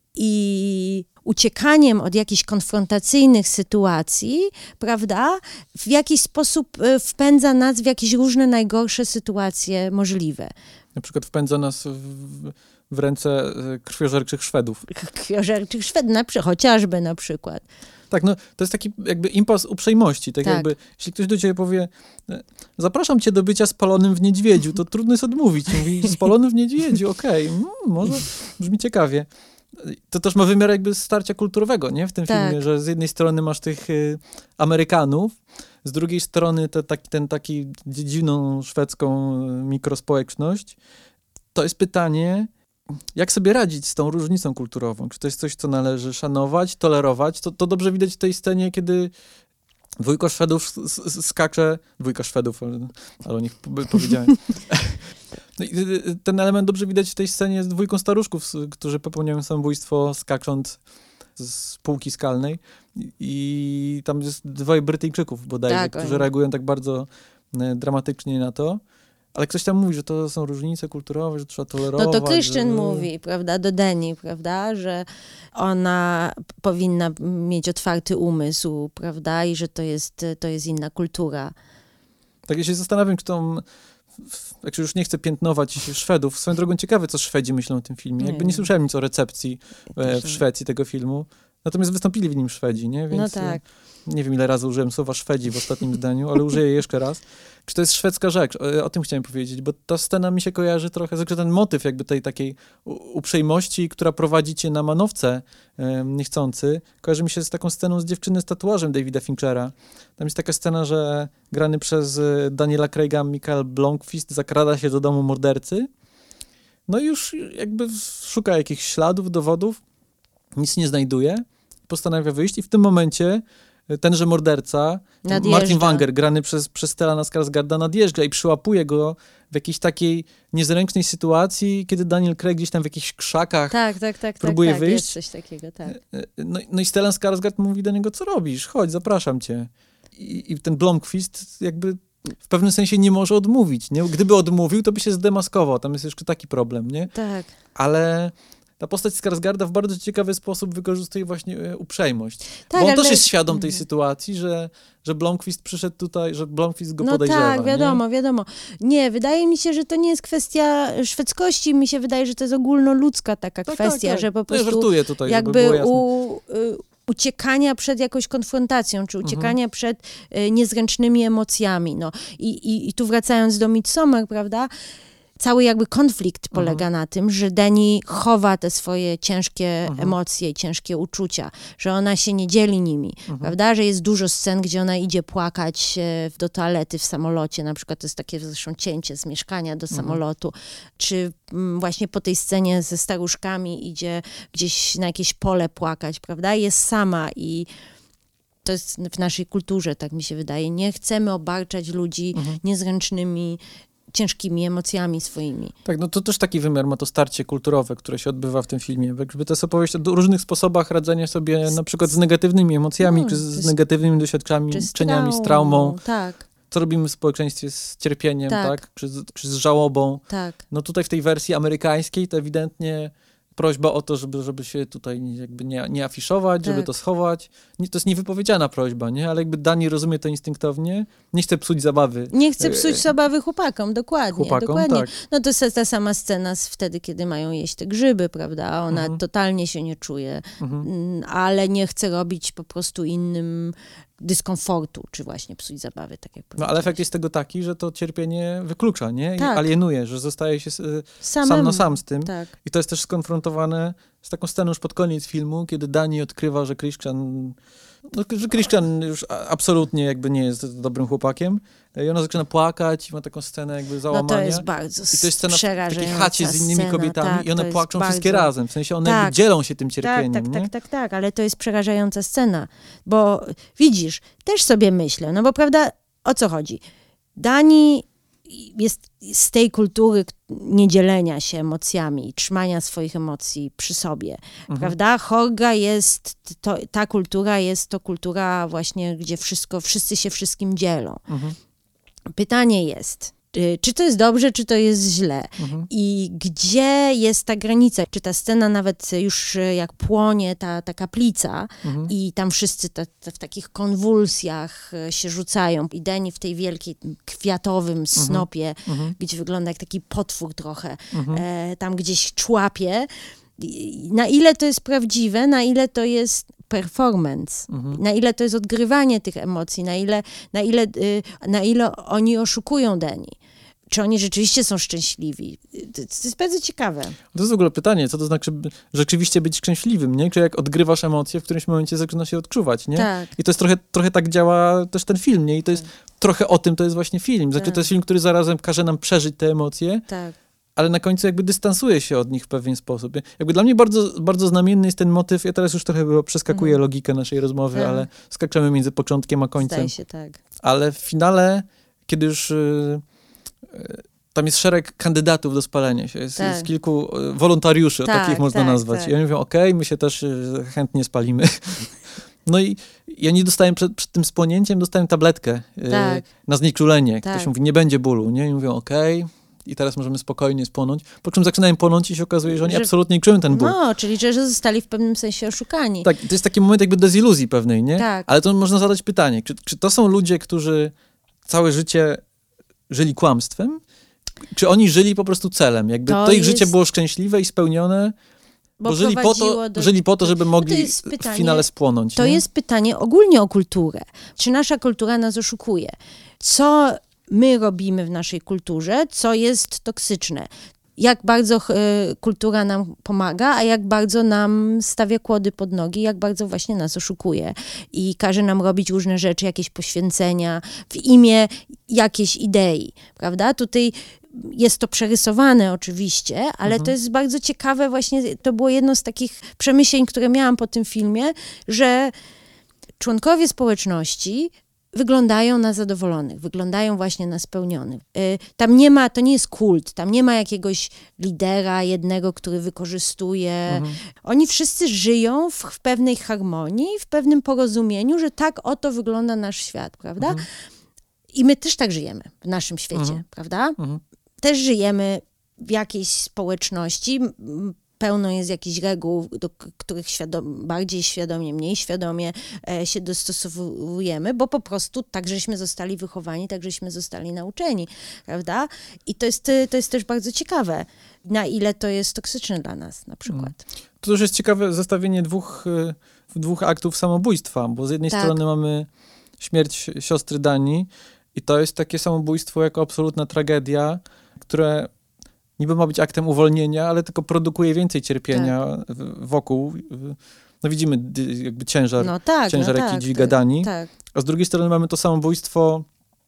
i uciekaniem od jakichś konfrontacyjnych sytuacji, prawda, w jakiś sposób y, wpędza nas w jakieś różne najgorsze sytuacje możliwe. Na przykład wpędza nas w, w ręce e, krwiożerczych Szwedów. Krwiożerczych Szwedów, na przy- chociażby na przykład. Tak, no to jest taki jakby impuls uprzejmości. Tak, Tak. jakby, jeśli ktoś do ciebie powie, e, zapraszam cię do bycia spalonym w niedźwiedziu, to trudno jest odmówić. Mówi, spalony w niedźwiedziu, okej, okay. mm, może brzmi ciekawie. To też ma wymiar jakby starcia kulturowego, nie? W tym Tak. filmie, że z jednej strony masz tych y, Amerykanów, z drugiej strony te, taki, ten taki dziwną szwedzką y, mikrospołeczność. To jest pytanie, jak sobie radzić z tą różnicą kulturową? Czy to jest coś, co należy szanować, tolerować? To, to dobrze widać w tej scenie, kiedy dwójko Szwedów s- s- skacze, dwójka Szwedów, ale, ale o nich p- powiedziałem. No i ten element dobrze widać w tej scenie z dwójką staruszków, którzy popełniają samobójstwo skacząc z półki skalnej. I tam jest dwoje Brytyjczyków bodajże, Tak, którzy oni. reagują tak bardzo e, dramatycznie na to. Ale ktoś tam mówi, że to są różnice kulturowe, że trzeba tolerować. No to Christian że... mówi, prawda, do Dani, prawda, że ona p- powinna mieć otwarty umysł, prawda, i że to jest, to jest inna kultura. Tak, ja się zastanawiam, czy tą... Jak już nie chcę piętnować Szwedów, swoją drogą ciekawe, co Szwedzi myślą o tym filmie. Jakby nie Nie. słyszałem nic o recepcji e, Też w nie. Szwecji tego filmu. Natomiast wystąpili w nim Szwedzi, nie? Więc No tak. e, nie wiem, ile razy użyłem słowa Szwedzi w ostatnim zdaniu, ale użyję jeszcze raz. Czy to jest szwedzka rzecz? O, o tym chciałem powiedzieć, bo ta scena mi się kojarzy trochę, znaczy ten motyw jakby tej takiej u- uprzejmości, która prowadzi cię na manowce e, niechcący, kojarzy mi się z taką sceną z dziewczyny z tatuażem Davida Finchera. Tam jest taka scena, że grany przez e, Daniela Craiga Michael Blomqvist zakrada się do domu mordercy, no i już jakby szuka jakichś śladów, dowodów, nic nie znajduje, postanawia wyjść i w tym momencie tenże morderca, Nadjeżdża. Martin Wanger, grany przez, przez Stellana Skarsgarda, nadjeżdża i przyłapuje go w jakiejś takiej niezręcznej sytuacji, kiedy Daniel Craig gdzieś tam w jakichś krzakach Tak, tak, tak. próbuje tak, tak. wyjść. Jest coś takiego, tak. no, no i Stellan Skarsgård mówi do niego, co robisz? Chodź, zapraszam cię. I, i ten Blomqvist jakby w pewnym sensie nie może odmówić, nie? Gdyby odmówił, to by się zdemaskował. Tam jest jeszcze taki problem, nie? Tak. Ale ta postać Skarsgarda w bardzo ciekawy sposób wykorzystuje właśnie e, uprzejmość. Tak, Bo on ale- też jest świadom tej sytuacji, że, że Blomqvist przyszedł tutaj, że Blomqvist go No podejrzewa. tak, wiadomo, Nie? wiadomo. Nie, wydaje mi się, że to nie jest kwestia szwedzkości, mi się wydaje, że to jest ogólnoludzka taka Tak, kwestia, tak, tak. że po No ja prostu żartuję tutaj, żeby było jakby jasne. u, y, uciekania przed jakąś konfrontacją, czy uciekania Mhm. przed y, niezręcznymi emocjami. No. I, i, I tu wracając do Midsommar, prawda, cały jakby konflikt polega Mhm. na tym, że Dani chowa te swoje ciężkie Mhm. emocje i ciężkie uczucia, że ona się nie dzieli nimi, Mhm. prawda, że jest dużo scen, gdzie ona idzie płakać e, do toalety w samolocie, na przykład to jest takie zresztą cięcie z mieszkania do Mhm. samolotu, czy mm, właśnie po tej scenie ze staruszkami idzie gdzieś na jakieś pole płakać, prawda, jest sama i to jest w naszej kulturze, tak mi się wydaje. Nie chcemy obarczać ludzi Mhm. niezręcznymi, ciężkimi emocjami swoimi. Tak, no to też taki wymiar ma to starcie kulturowe, które się odbywa w tym filmie. Jakby to jest opowieść o różnych sposobach radzenia sobie na przykład z negatywnymi emocjami, No, czy to z jest- negatywnymi doświadczeniami, Czy z czeniami, z traumą. Tak, Co robimy w społeczeństwie z cierpieniem, tak? Tak. Czy, z, czy z żałobą. tak. No tutaj w tej wersji amerykańskiej to ewidentnie prośba o to, żeby, żeby się tutaj jakby nie, nie afiszować, żeby Tak. to schować. Nie, to jest niewypowiedziana prośba, nie? Ale jakby Dani rozumie to instynktownie. Nie chce psuć zabawy Nie chcę psuć e, zabawy chłopakom, dokładnie. chłopakom, dokładnie. tak. No to jest ta sama scena z wtedy, kiedy mają jeść te grzyby, prawda? Ona Mhm. totalnie się nie czuje, Mhm. mm, ale nie chce robić po prostu innym dyskomfortu, czy właśnie psuć zabawy, tak jak No powiedziałeś. ale efekt jest tego taki, że to cierpienie wyklucza, nie? I Tak. alienuje, że zostaje się y, sam Samemu. na sam z tym. Tak. I to jest też skonfrontowane z taką sceną już pod koniec filmu, kiedy Dani odkrywa, że Christian, no, że Christian już a- absolutnie jakby nie jest dobrym chłopakiem. I ona zaczyna płakać i ma taką scenę jakby No załamania. to jest bardzo I to jest scena w takiej przerażająca chacie z innymi scena. kobietami tak, i one to jest płaczą wszystkie bardzo- razem. W sensie one Tak. jakby dzielą się tym Tak, cierpieniem, tak, nie? tak, tak, tak, ale to jest przerażająca scena, bo widzisz, też sobie myślę, no bo prawda, o co chodzi? Dani jest z tej kultury niedzielenia się emocjami, trzymania swoich emocji przy sobie, Mhm. prawda? Horga jest, to, ta kultura jest to kultura właśnie, gdzie wszystko, wszyscy się wszystkim dzielą. Mhm. Pytanie jest, y, czy to jest dobrze, czy to jest źle? Mhm. I gdzie jest ta granica? Czy ta scena nawet już y, jak płonie ta, ta kaplica Mhm. i tam wszyscy te, te w takich konwulsjach y, się rzucają i Deni w tej wielkiej kwiatowym snopie, Mhm. gdzie wygląda jak taki potwór trochę, Mhm. e, tam gdzieś człapie. I- Na ile to jest prawdziwe, na ile to jest performance, Mhm. na ile to jest odgrywanie tych emocji, na ile, na ile, y, na ile oni oszukują Deni. Czy oni rzeczywiście są szczęśliwi? To, to jest bardzo ciekawe. To jest w ogóle pytanie, co to znaczy by- rzeczywiście być szczęśliwym, nie? Czy jak odgrywasz emocje, w którymś momencie zaczyna się odczuwać, nie? Tak. I to jest trochę, trochę tak działa też ten film, nie? I to jest trochę o tym, to jest właśnie film. Znaczy, Tak. to jest film, który zarazem każe nam przeżyć te emocje, Tak. ale na końcu jakby dystansuje się od nich w pewien sposób. Jakby dla mnie bardzo, bardzo znamienny jest ten motyw, ja teraz już trochę było przeskakuję Mhm. logikę naszej rozmowy, Tak. ale skaczemy między początkiem a końcem. Zdaje się tak. Ale w finale, kiedy już y, y, tam jest szereg kandydatów do spalenia się, jest, Tak. jest kilku y, wolontariuszy, Tak, takich można tak, nazwać. tak. I oni mówią, okej, my się też y, chętnie spalimy. No i, i oni dostają przed, przed tym spłonięciem, dostają tabletkę y, Tak. na znieczulenie. Tak. Ktoś mówi, nie będzie bólu, nie? I mówią, okej, i teraz możemy spokojnie spłonąć. Po czym zaczynają płonąć i się okazuje, że oni Że- absolutnie nie czują ten ból. No, czyli że że zostali w pewnym sensie oszukani. Tak, to jest taki moment jakby deziluzji pewnej, nie? Tak. Ale to można zadać pytanie, czy, czy to są ludzie, którzy całe życie żyli kłamstwem? Czy oni żyli po prostu celem? Jakby to, To ich życie jest- było szczęśliwe i spełnione, bo, żyli, po to, prowadziło do- żyli po to, żeby mogli jest w pytanie- finale spłonąć. To nie? jest pytanie ogólnie o kulturę. Czy nasza kultura nas oszukuje? Co my robimy w naszej kulturze, co jest toksyczne? Jak bardzo e, kultura nam pomaga, a jak bardzo nam stawia kłody pod nogi, jak bardzo właśnie nas oszukuje i każe nam robić różne rzeczy, jakieś poświęcenia w imię jakiejś idei, prawda? Tutaj jest to przerysowane oczywiście, ale Mhm. to jest bardzo ciekawe właśnie, to było jedno z takich przemyśleń, które miałam po tym filmie, że członkowie społeczności wyglądają na zadowolonych, wyglądają właśnie na spełnionych. Y, Tam nie ma, to nie jest kult, tam nie ma jakiegoś lidera jednego, który wykorzystuje. Mhm. Oni wszyscy żyją w, w pewnej harmonii, w pewnym porozumieniu, że tak oto wygląda nasz świat, prawda? Mhm. I my też tak żyjemy w naszym świecie, Mhm. prawda? Mhm. Też żyjemy w jakiejś społeczności, m, pełno jest jakichś reguł, do k- których świadom, bardziej świadomie, mniej świadomie e, się dostosowujemy, bo po prostu tak żeśmy zostali wychowani, tak żeśmy zostali nauczeni, prawda? I to jest, y, to jest też bardzo ciekawe, na ile to jest toksyczne dla nas na przykład. To też jest ciekawe zestawienie dwóch, y, dwóch aktów samobójstwa, bo z jednej Tak. strony mamy śmierć siostry Dani i to jest takie samobójstwo jako absolutna tragedia, które niby ma być aktem uwolnienia, ale tylko produkuje więcej cierpienia Tak. w- wokół. No widzimy dy- jakby ciężar, No tak, ciężar no jaki tak, dźwiga to- Dani, tak. a z drugiej strony mamy to samobójstwo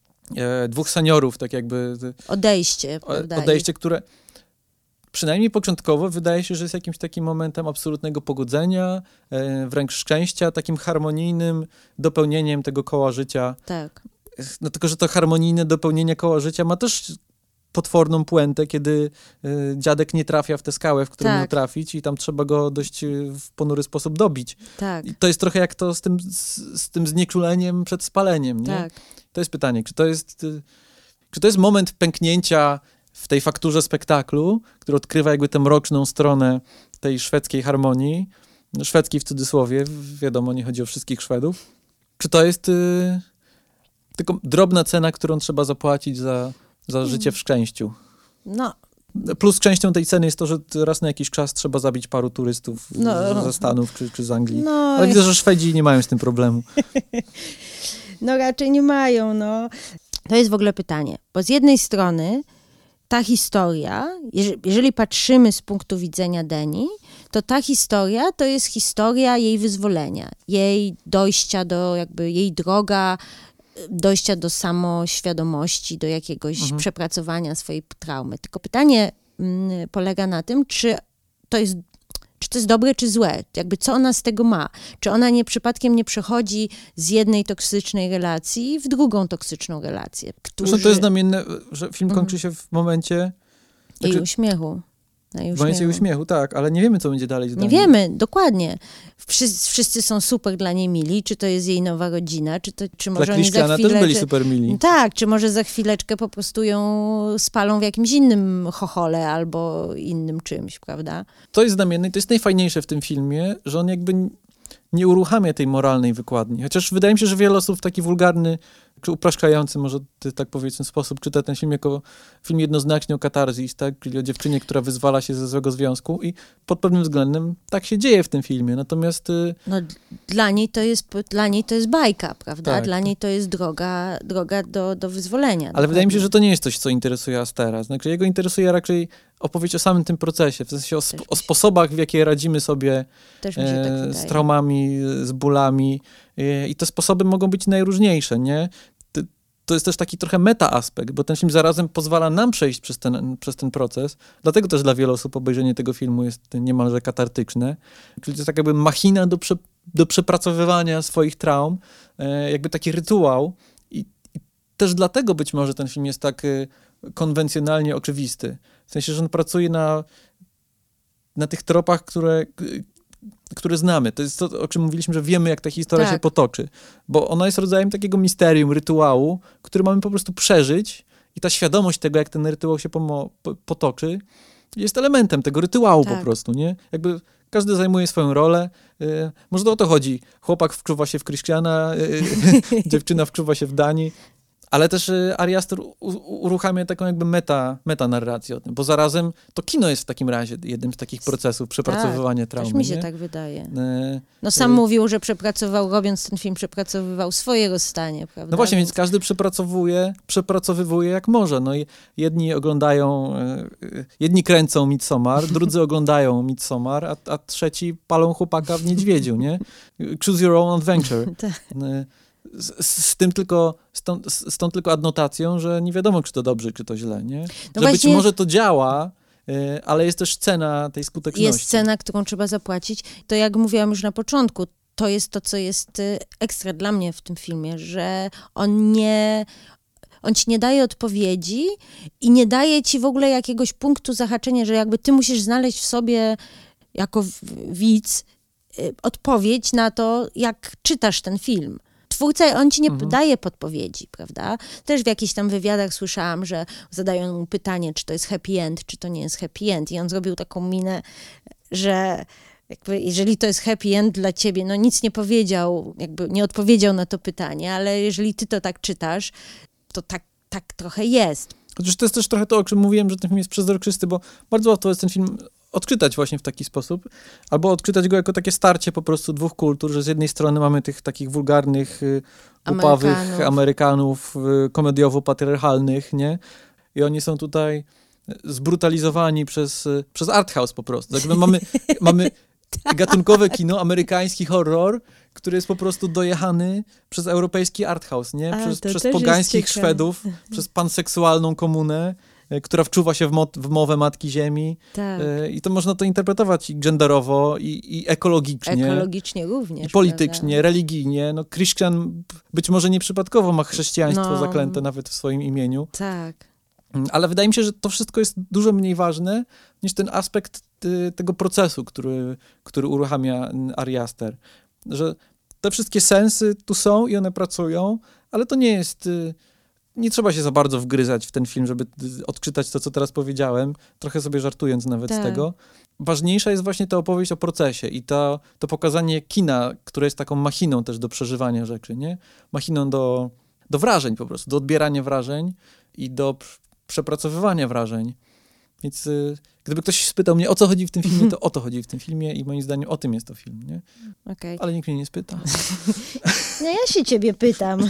e, dwóch seniorów, tak jakby e, Odejście, prawda? odejście, które przynajmniej początkowo wydaje się, że jest jakimś takim momentem absolutnego pogodzenia, e, wręcz szczęścia, takim harmonijnym dopełnieniem tego koła życia. I, tak. No tylko, że to harmonijne dopełnienie koła życia ma też potworną puentę, kiedy y, dziadek nie trafia w tę skałę, w którą Tak. miał trafić i tam trzeba go dość y, w ponury sposób dobić. Tak, I to jest trochę jak to z tym, z, z tym znieczuleniem przed spaleniem, nie? tak. To jest pytanie, czy to jest, y, czy to jest moment pęknięcia w tej fakturze spektaklu, który odkrywa jakby tę mroczną stronę tej szwedzkiej harmonii, no, szwedzkiej w cudzysłowie, wiadomo, nie chodzi o wszystkich Szwedów. Czy to jest y, tylko drobna cena, którą trzeba zapłacić za, za życie w szczęściu? No, Plus częścią tej ceny jest to, że raz na jakiś czas trzeba zabić paru turystów No. ze Stanów czy, czy z Anglii. No, Ale widzę, że Szwedzi nie mają z tym problemu. No raczej nie mają, no. To jest w ogóle pytanie, bo z jednej strony ta historia, jeżeli, jeżeli patrzymy z punktu widzenia Deni, to ta historia to jest historia jej wyzwolenia, jej dojścia do, jakby jej droga, dojścia do samoświadomości, do jakiegoś Mhm. przepracowania swojej traumy. Tylko pytanie mm, polega na tym, czy to jest czy to jest dobre, czy złe? Jakby co ona z tego ma? Czy ona nie przypadkiem nie przechodzi z jednej toksycznej relacji w drugą toksyczną relację? Którzy... Zresztą to jest znamienne, że film Mhm. kończy się w momencie... Jej znaczy, uśmiechu. Na jej w momencie uśmiechu. uśmiechu, tak, ale nie wiemy, co będzie dalej z Nie Danią. wiemy, dokładnie. Wszyscy, wszyscy są super dla niej mili, czy to jest jej nowa rodzina, czy, to, czy Dla może oni za Christiana chwilę... też byli czy... super mili. Tak, czy może za chwileczkę po prostu ją spalą w jakimś innym chochole albo innym czymś, prawda? To jest znamienne i to jest najfajniejsze w tym filmie, że on jakby nie uruchamia tej moralnej wykładni. Chociaż wydaje mi się, że wiele osób w taki wulgarny, czy upraszczający, może ty, tak powiedzmy, sposób czyta ten film jako film jednoznacznie o katarzis, tak? Czyli o dziewczynie, która wyzwala się ze złego związku i pod pewnym względem tak się dzieje w tym filmie. Natomiast y, No, d- dla niej to jest, dla niej to jest bajka, prawda? Tak. Dla niej to jest droga, droga do, do wyzwolenia. ale wydaje mi się, dokładnie. że to nie jest coś, co interesuje Astera. Znaczy, jego interesuje raczej opowieść o samym tym procesie, w sensie o, Też sp- mi o się- sposobach, w jakie radzimy sobie Też mi się tak e, wydaje. z traumami, z bólami. E, I te sposoby mogą być najróżniejsze, nie? To, to jest też taki trochę meta-aspekt, bo ten film zarazem pozwala nam przejść przez ten, przez ten proces. Dlatego też dla wielu osób obejrzenie tego filmu jest niemalże katartyczne. Czyli to jest tak jakby machina do, prze, do przepracowywania swoich traum, e, jakby taki rytuał. I, I też dlatego być może ten film jest tak e, konwencjonalnie oczywisty. W sensie, że on pracuje na, na tych tropach, które, które znamy. To jest to, o czym mówiliśmy, że wiemy, jak ta historia Tak. się potoczy. Bo ona jest rodzajem takiego misterium, rytuału, który mamy po prostu przeżyć i ta świadomość tego, jak ten rytuał się pomo- po, potoczy, jest elementem tego rytuału Tak. po prostu, nie? Jakby każdy zajmuje swoją rolę. Y, może to o to chodzi. Chłopak wczuwa się w Christiana, y, dziewczyna wczuwa się w Dani. Ale też y, Ari Aster u- u- uruchamia taką jakby meta, metanarrację o tym, bo zarazem to kino jest w takim razie jednym z takich procesów przepracowywania traumy. Też mi się nie? tak wydaje. Y, No sam y, mówił, że przepracował, robiąc ten film, przepracowywał swoje rozstanie, prawda? No właśnie, więc każdy przepracowuje, przepracowywuje jak może. No i jedni oglądają, y, y, jedni kręcą Midsommar, drudzy oglądają Midsommar, a, a trzeci palą chłopaka w niedźwiedziu, nie? Choose your own adventure. Tak. Y, Z, z, z tym tylko, z tą, z, z tą tylko adnotacją, że nie wiadomo, czy to dobrze, czy to źle, nie? No że właśnie- być może to działa, y, ale jest też cena tej skuteczności. Jest cena, którą trzeba zapłacić. To jak mówiłam już na początku, to jest to, co jest y, ekstra dla mnie w tym filmie, że on nie... On ci nie daje odpowiedzi i nie daje ci w ogóle jakiegoś punktu zahaczenia, że jakby ty musisz znaleźć w sobie jako w- widz y, odpowiedź na to, jak czytasz ten film. Twórca, on ci nie Mhm. daje podpowiedzi, prawda? Też w jakichś tam wywiadach słyszałam, że zadają mu pytanie, czy to jest happy end, czy to nie jest happy end. I on zrobił taką minę, że jakby jeżeli to jest happy end dla ciebie, no nic nie powiedział, jakby nie odpowiedział na to pytanie, ale jeżeli ty to tak czytasz, to tak, tak trochę jest. Chociaż to jest też trochę to, o czym mówiłem, że ten film jest przezroczysty, bo bardzo łatwo jest ten film odczytać właśnie w taki sposób, albo odczytać go jako takie starcie po prostu dwóch kultur, że z jednej strony mamy tych takich wulgarnych, y, głupawych Amerykanów. Amerykanów, y, komediowo-patriarchalnych, nie? I oni są tutaj zbrutalizowani przez, y, przez art house po prostu. Jakby mamy, mamy gatunkowe kino, amerykański horror, który jest po prostu dojechany przez europejski art house, nie? A, Przez, to przez też jest pogańskich ciekawe. Szwedów, przez panseksualną komunę, y, która wczuwa się w, mo- w mowę Matki Ziemi. Tak. Y, I to można to interpretować i genderowo, i, i ekologicznie. Ekologicznie również. I politycznie, prawda? religijnie. No Christian być może nieprzypadkowo ma chrześcijaństwo No. zaklęte nawet w swoim imieniu. Tak. Mm, Ale wydaje mi się, że to wszystko jest dużo mniej ważne niż ten aspekt y, tego procesu, który, który uruchamia mm, Ari Aster. Że te wszystkie sensy tu są i one pracują, ale to nie jest... y, Nie trzeba się za bardzo wgryzać w ten film, żeby y, odczytać to, co teraz powiedziałem, trochę sobie żartując nawet z Tak. tego. Ważniejsza jest właśnie ta opowieść o procesie i to, to pokazanie kina, które jest taką machiną też do przeżywania rzeczy, nie? Machiną do, do wrażeń po prostu, do odbierania wrażeń i do pr- przepracowywania wrażeń. Więc y, gdyby ktoś spytał mnie, o co chodzi w tym filmie, to o to chodzi w tym filmie i moim zdaniem o tym jest to film, nie? Okay. Ale nikt mnie nie spyta. No ja się ciebie pytam.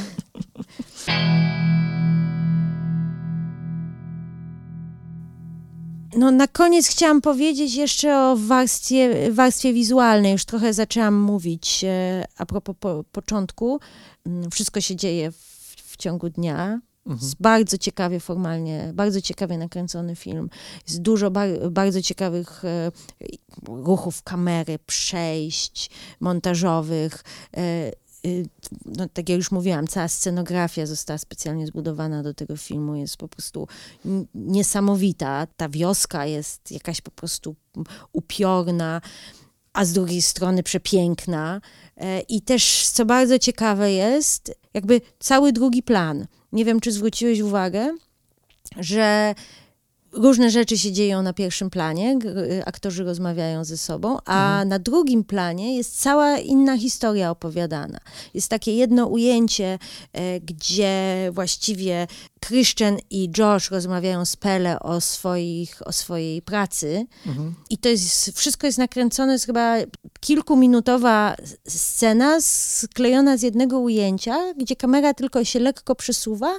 No na koniec chciałam powiedzieć jeszcze o warstwie, warstwie wizualnej. Już trochę zaczęłam mówić e, a propos po, początku. Wszystko się dzieje w, w ciągu dnia. Mhm. Jest bardzo ciekawie formalnie, bardzo ciekawie nakręcony film. Jest dużo bar bardzo ciekawych e, ruchów kamery, przejść montażowych. E, No, tak jak już mówiłam, cała scenografia została specjalnie zbudowana do tego filmu, jest po prostu niesamowita. Ta wioska jest jakaś po prostu upiorna, a z drugiej strony przepiękna. I też, co bardzo ciekawe jest, jakby cały drugi plan. Nie wiem, czy zwróciłeś uwagę, że różne rzeczy się dzieją na pierwszym planie, aktorzy rozmawiają ze sobą, a mhm. na drugim planie jest cała inna historia opowiadana. Jest takie jedno ujęcie, e, gdzie właściwie Christian i Josh rozmawiają z Pele o, swoich, o swojej pracy mhm. i to jest, wszystko jest nakręcone, jest chyba kilkuminutowa scena sklejona z jednego ujęcia, gdzie kamera tylko się lekko przesuwa,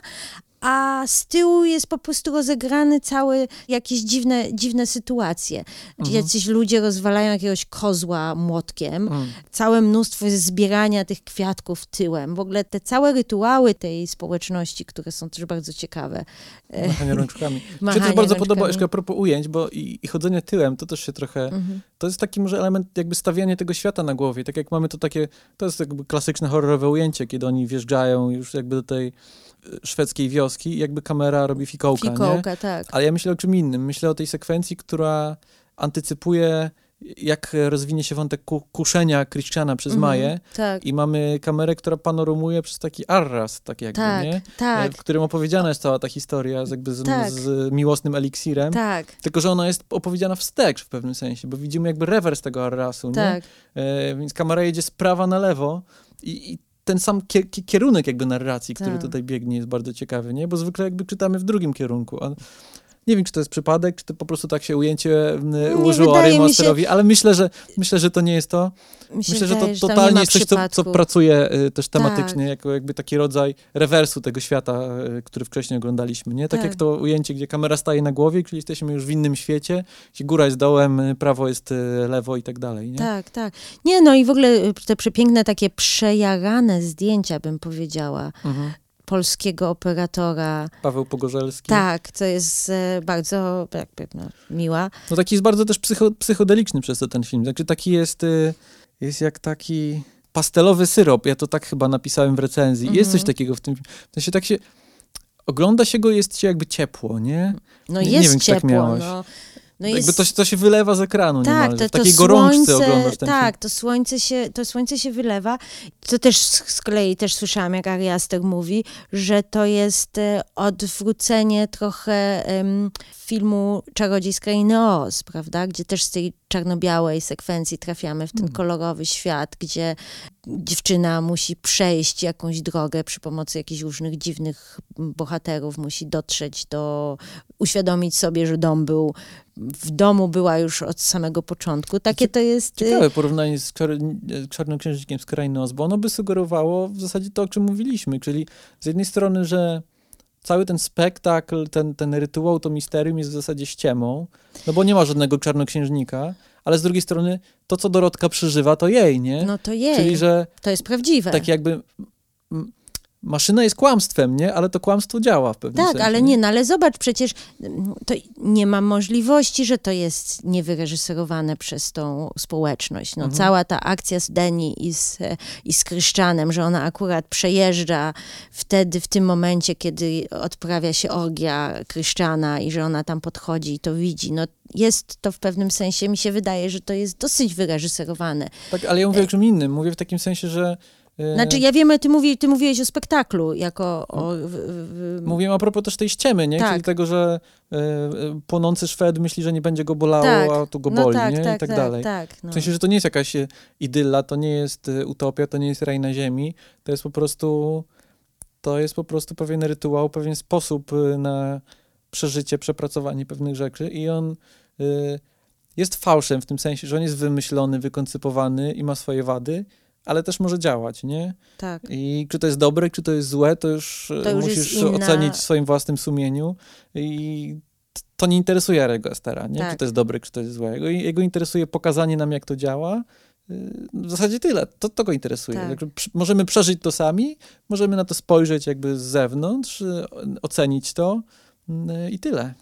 a z tyłu jest po prostu rozegrany cały jakieś dziwne, dziwne sytuacje. Mhm. Jacyś ludzie rozwalają jakiegoś kozła młotkiem. Mhm. Całe mnóstwo jest zbierania tych kwiatków tyłem. W ogóle te całe rytuały tej społeczności, które są też bardzo ciekawe. Machanie rączkami. Mnie też bardzo podoba, jeszcze a propos ujęć, bo i, i chodzenie tyłem, to też się trochę... Mhm. To jest taki może element jakby stawiania tego świata na głowie. Tak jak mamy to takie... To jest jakby klasyczne horrorowe ujęcie, kiedy oni wjeżdżają już jakby do tej szwedzkiej wioski, jakby kamera robi fikołka, Fikołka, nie? tak. Ale ja myślę o czym innym. Myślę o tej sekwencji, która antycypuje, jak rozwinie się wątek ku kuszenia Christiana przez mm, Maję. Tak. I mamy kamerę, która panoromuje przez taki arras, tak jakby, tak, nie? Tak. W którym opowiedziana jest cała ta historia z, jakby z, tak. z miłosnym eliksirem. Tak. Tylko, że ona jest opowiedziana wstecz w pewnym sensie, bo widzimy jakby rewers tego arrasu, tak. nie? E, więc kamera jedzie z prawa na lewo i, i ten sam kierunek jakby narracji, który tak. tutaj biegnie, jest bardzo ciekawy, nie? Bo zwykle jakby czytamy w drugim kierunku. A nie wiem, czy to jest przypadek, czy to po prostu tak się ujęcie ułożyło Ari Asterowi, się... ale myślę, że myślę, że to nie jest to. Myślę, wydaje, że to że totalnie jest coś, co, co pracuje y, też tematycznie, tak. jako jakby taki rodzaj rewersu tego świata, y, który wcześniej oglądaliśmy, nie? Tak, tak jak to ujęcie, gdzie kamera staje na głowie, czyli jesteśmy już w innym świecie, gdzie góra jest dołem, prawo jest y, lewo i tak dalej, nie? Tak, tak. Nie, no i w ogóle te przepiękne, takie przejarane zdjęcia, bym powiedziała, mhm. polskiego operatora. Paweł Pogorzelski. Tak, to jest e, bardzo jakby, no, miła. No taki jest bardzo też psycho, psychodeliczny przez to ten film. Znaczy taki jest, y, jest jak taki pastelowy syrop. Ja to tak chyba napisałem w recenzji. Mm-hmm. Jest coś takiego w tym filmie. To się tak się, ogląda się go, jest się jakby ciepło, nie? No nie, jest nie wiem, czy ciepło, tak miałaś. no. No jakby jest... to, to się wylewa z ekranu tak, niemalże. To, w takiej to gorączce słońce, oglądasz ten tak, film. to słońce, się, to słońce się wylewa. To też z kolei też słyszałam, jak Ari Aster mówi, że to jest e, odwrócenie trochę um, filmu Czarodziej z Krainy Oz, prawda? Gdzie też z tej czarno-białej sekwencji trafiamy w ten hmm. kolorowy świat, gdzie dziewczyna musi przejść jakąś drogę przy pomocy jakichś różnych dziwnych bohaterów, musi dotrzeć do, uświadomić sobie, że dom był, w domu była już od samego początku. Takie to jest... Ciekawe porównanie z Czarnym Księżnikiem z Krainy Oz, bo ono by sugerowało w zasadzie to, o czym mówiliśmy, czyli z jednej strony, że cały ten spektakl, ten, ten rytuał, to misterium jest w zasadzie ściemą, no bo nie ma żadnego czarnoksiężnika, ale z drugiej strony to, co Dorotka przeżywa, to jej, nie? No to jej. Czyli, że to jest prawdziwe. Tak jakby m, maszyna jest kłamstwem, nie? Ale to kłamstwo działa w pewnym tak, sensie. Tak, ale nie, no ale zobacz, przecież to nie ma możliwości, że to jest niewyreżyserowane przez tą społeczność. No, mhm. Cała ta akcja z Deni i z, i z Kryszczanem, że ona akurat przejeżdża wtedy, w tym momencie, kiedy odprawia się orgia Kryszczana i że ona tam podchodzi i to widzi. No, jest to w pewnym sensie, mi się wydaje, że to jest dosyć wyreżyserowane. Tak, ale ja mówię o czym innym. Mówię w takim sensie, że Znaczy, ja wiem, ty, mówi, ty mówiłeś o spektaklu, jako o... W, w... Mówiłem a propos też tej ściemy, nie? Tak. Czyli tego, że y, płonący Szwed myśli, że nie będzie go bolało, tak. a tu go no boli, tak, nie? Tak, I tak, tak dalej. Tak, no. W sensie, że to nie jest jakaś idylla, to nie jest utopia, to nie jest raj na ziemi, to jest po prostu to jest po prostu pewien rytuał, pewien sposób na przeżycie, przepracowanie pewnych rzeczy i on y, jest fałszem w tym sensie, że on jest wymyślony, wykoncypowany i ma swoje wady, ale też może działać, nie? Tak. I czy to jest dobre, czy to jest złe, to już, To już musisz jest inna... ocenić w swoim własnym sumieniu i to nie interesuje Ariego Astera, nie? Tak. Czy to jest dobre, czy to jest złe. Jego, jego interesuje pokazanie nam, jak to działa. W zasadzie tyle. To, to go interesuje. Tak. Także przy, możemy przeżyć to sami, możemy na to spojrzeć jakby z zewnątrz, ocenić to i tyle.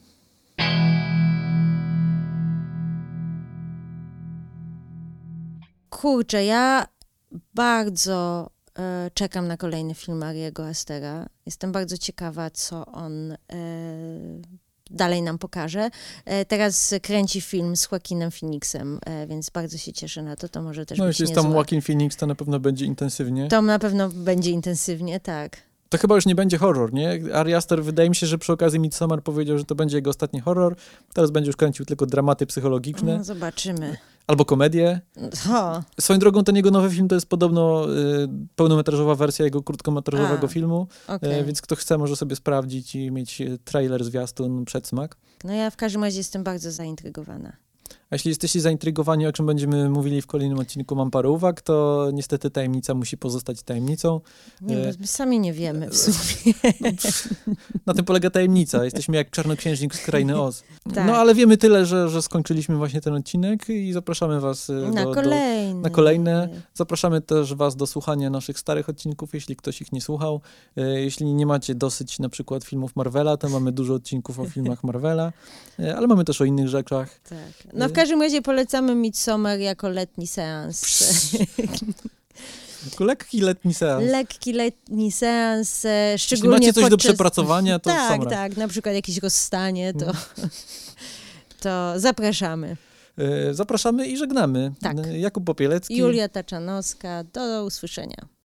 Kurczę, ja bardzo e, czekam na kolejny film Ariego Astera. Jestem bardzo ciekawa, co on e, dalej nam pokaże. E, teraz kręci film z Joaquinem Phoenixem, e, więc bardzo się cieszę na to. To może też No być jeśli jest niezłe. tam Joaquin Phoenix, to na pewno będzie intensywnie. To na pewno będzie intensywnie, tak. To chyba już nie będzie horror, nie? Ari Aster, wydaje mi się, że przy okazji Midsommar powiedział, że to będzie jego ostatni horror. Teraz będzie już kręcił tylko dramaty psychologiczne. No, zobaczymy. Albo komedię. O, Swoją drogą ten jego nowy film to jest podobno y, pełnometrażowa wersja jego krótkometrażowego A, filmu, okej. y, więc kto chce może sobie sprawdzić i mieć y, trailer, zwiastun, przedsmak. No ja w każdym razie jestem bardzo zaintrygowana. A jeśli jesteście zaintrygowani, o czym będziemy mówili w kolejnym odcinku, mam parę uwag, to niestety tajemnica musi pozostać tajemnicą. Nie, E, bo my sami nie wiemy w sumie. No, pff, na tym polega tajemnica. Jesteśmy jak czarnoksiężnik z Krainy Oz. Tak. No ale wiemy tyle, że, że skończyliśmy właśnie ten odcinek i zapraszamy was y, Na do, do, kolejny. na kolejne. Zapraszamy też was do słuchania naszych starych odcinków, jeśli ktoś ich nie słuchał. E, Jeśli nie macie dosyć na przykład filmów Marvela, to mamy dużo odcinków o filmach Marvela, e, ale mamy też o innych rzeczach. Tak. No w każdym razie polecamy Midsommar jako letni seans. Tylko lekki letni seans. Lekki letni seans, e, Jeśli szczególnie macie coś do podczas... przepracowania, to Tak, sam raz. tak, na przykład jakieś rozstanie, to, Mm. to zapraszamy. E, Zapraszamy i żegnamy. Tak. E, Jakub Popielecki. Julia Taczanowska, do usłyszenia.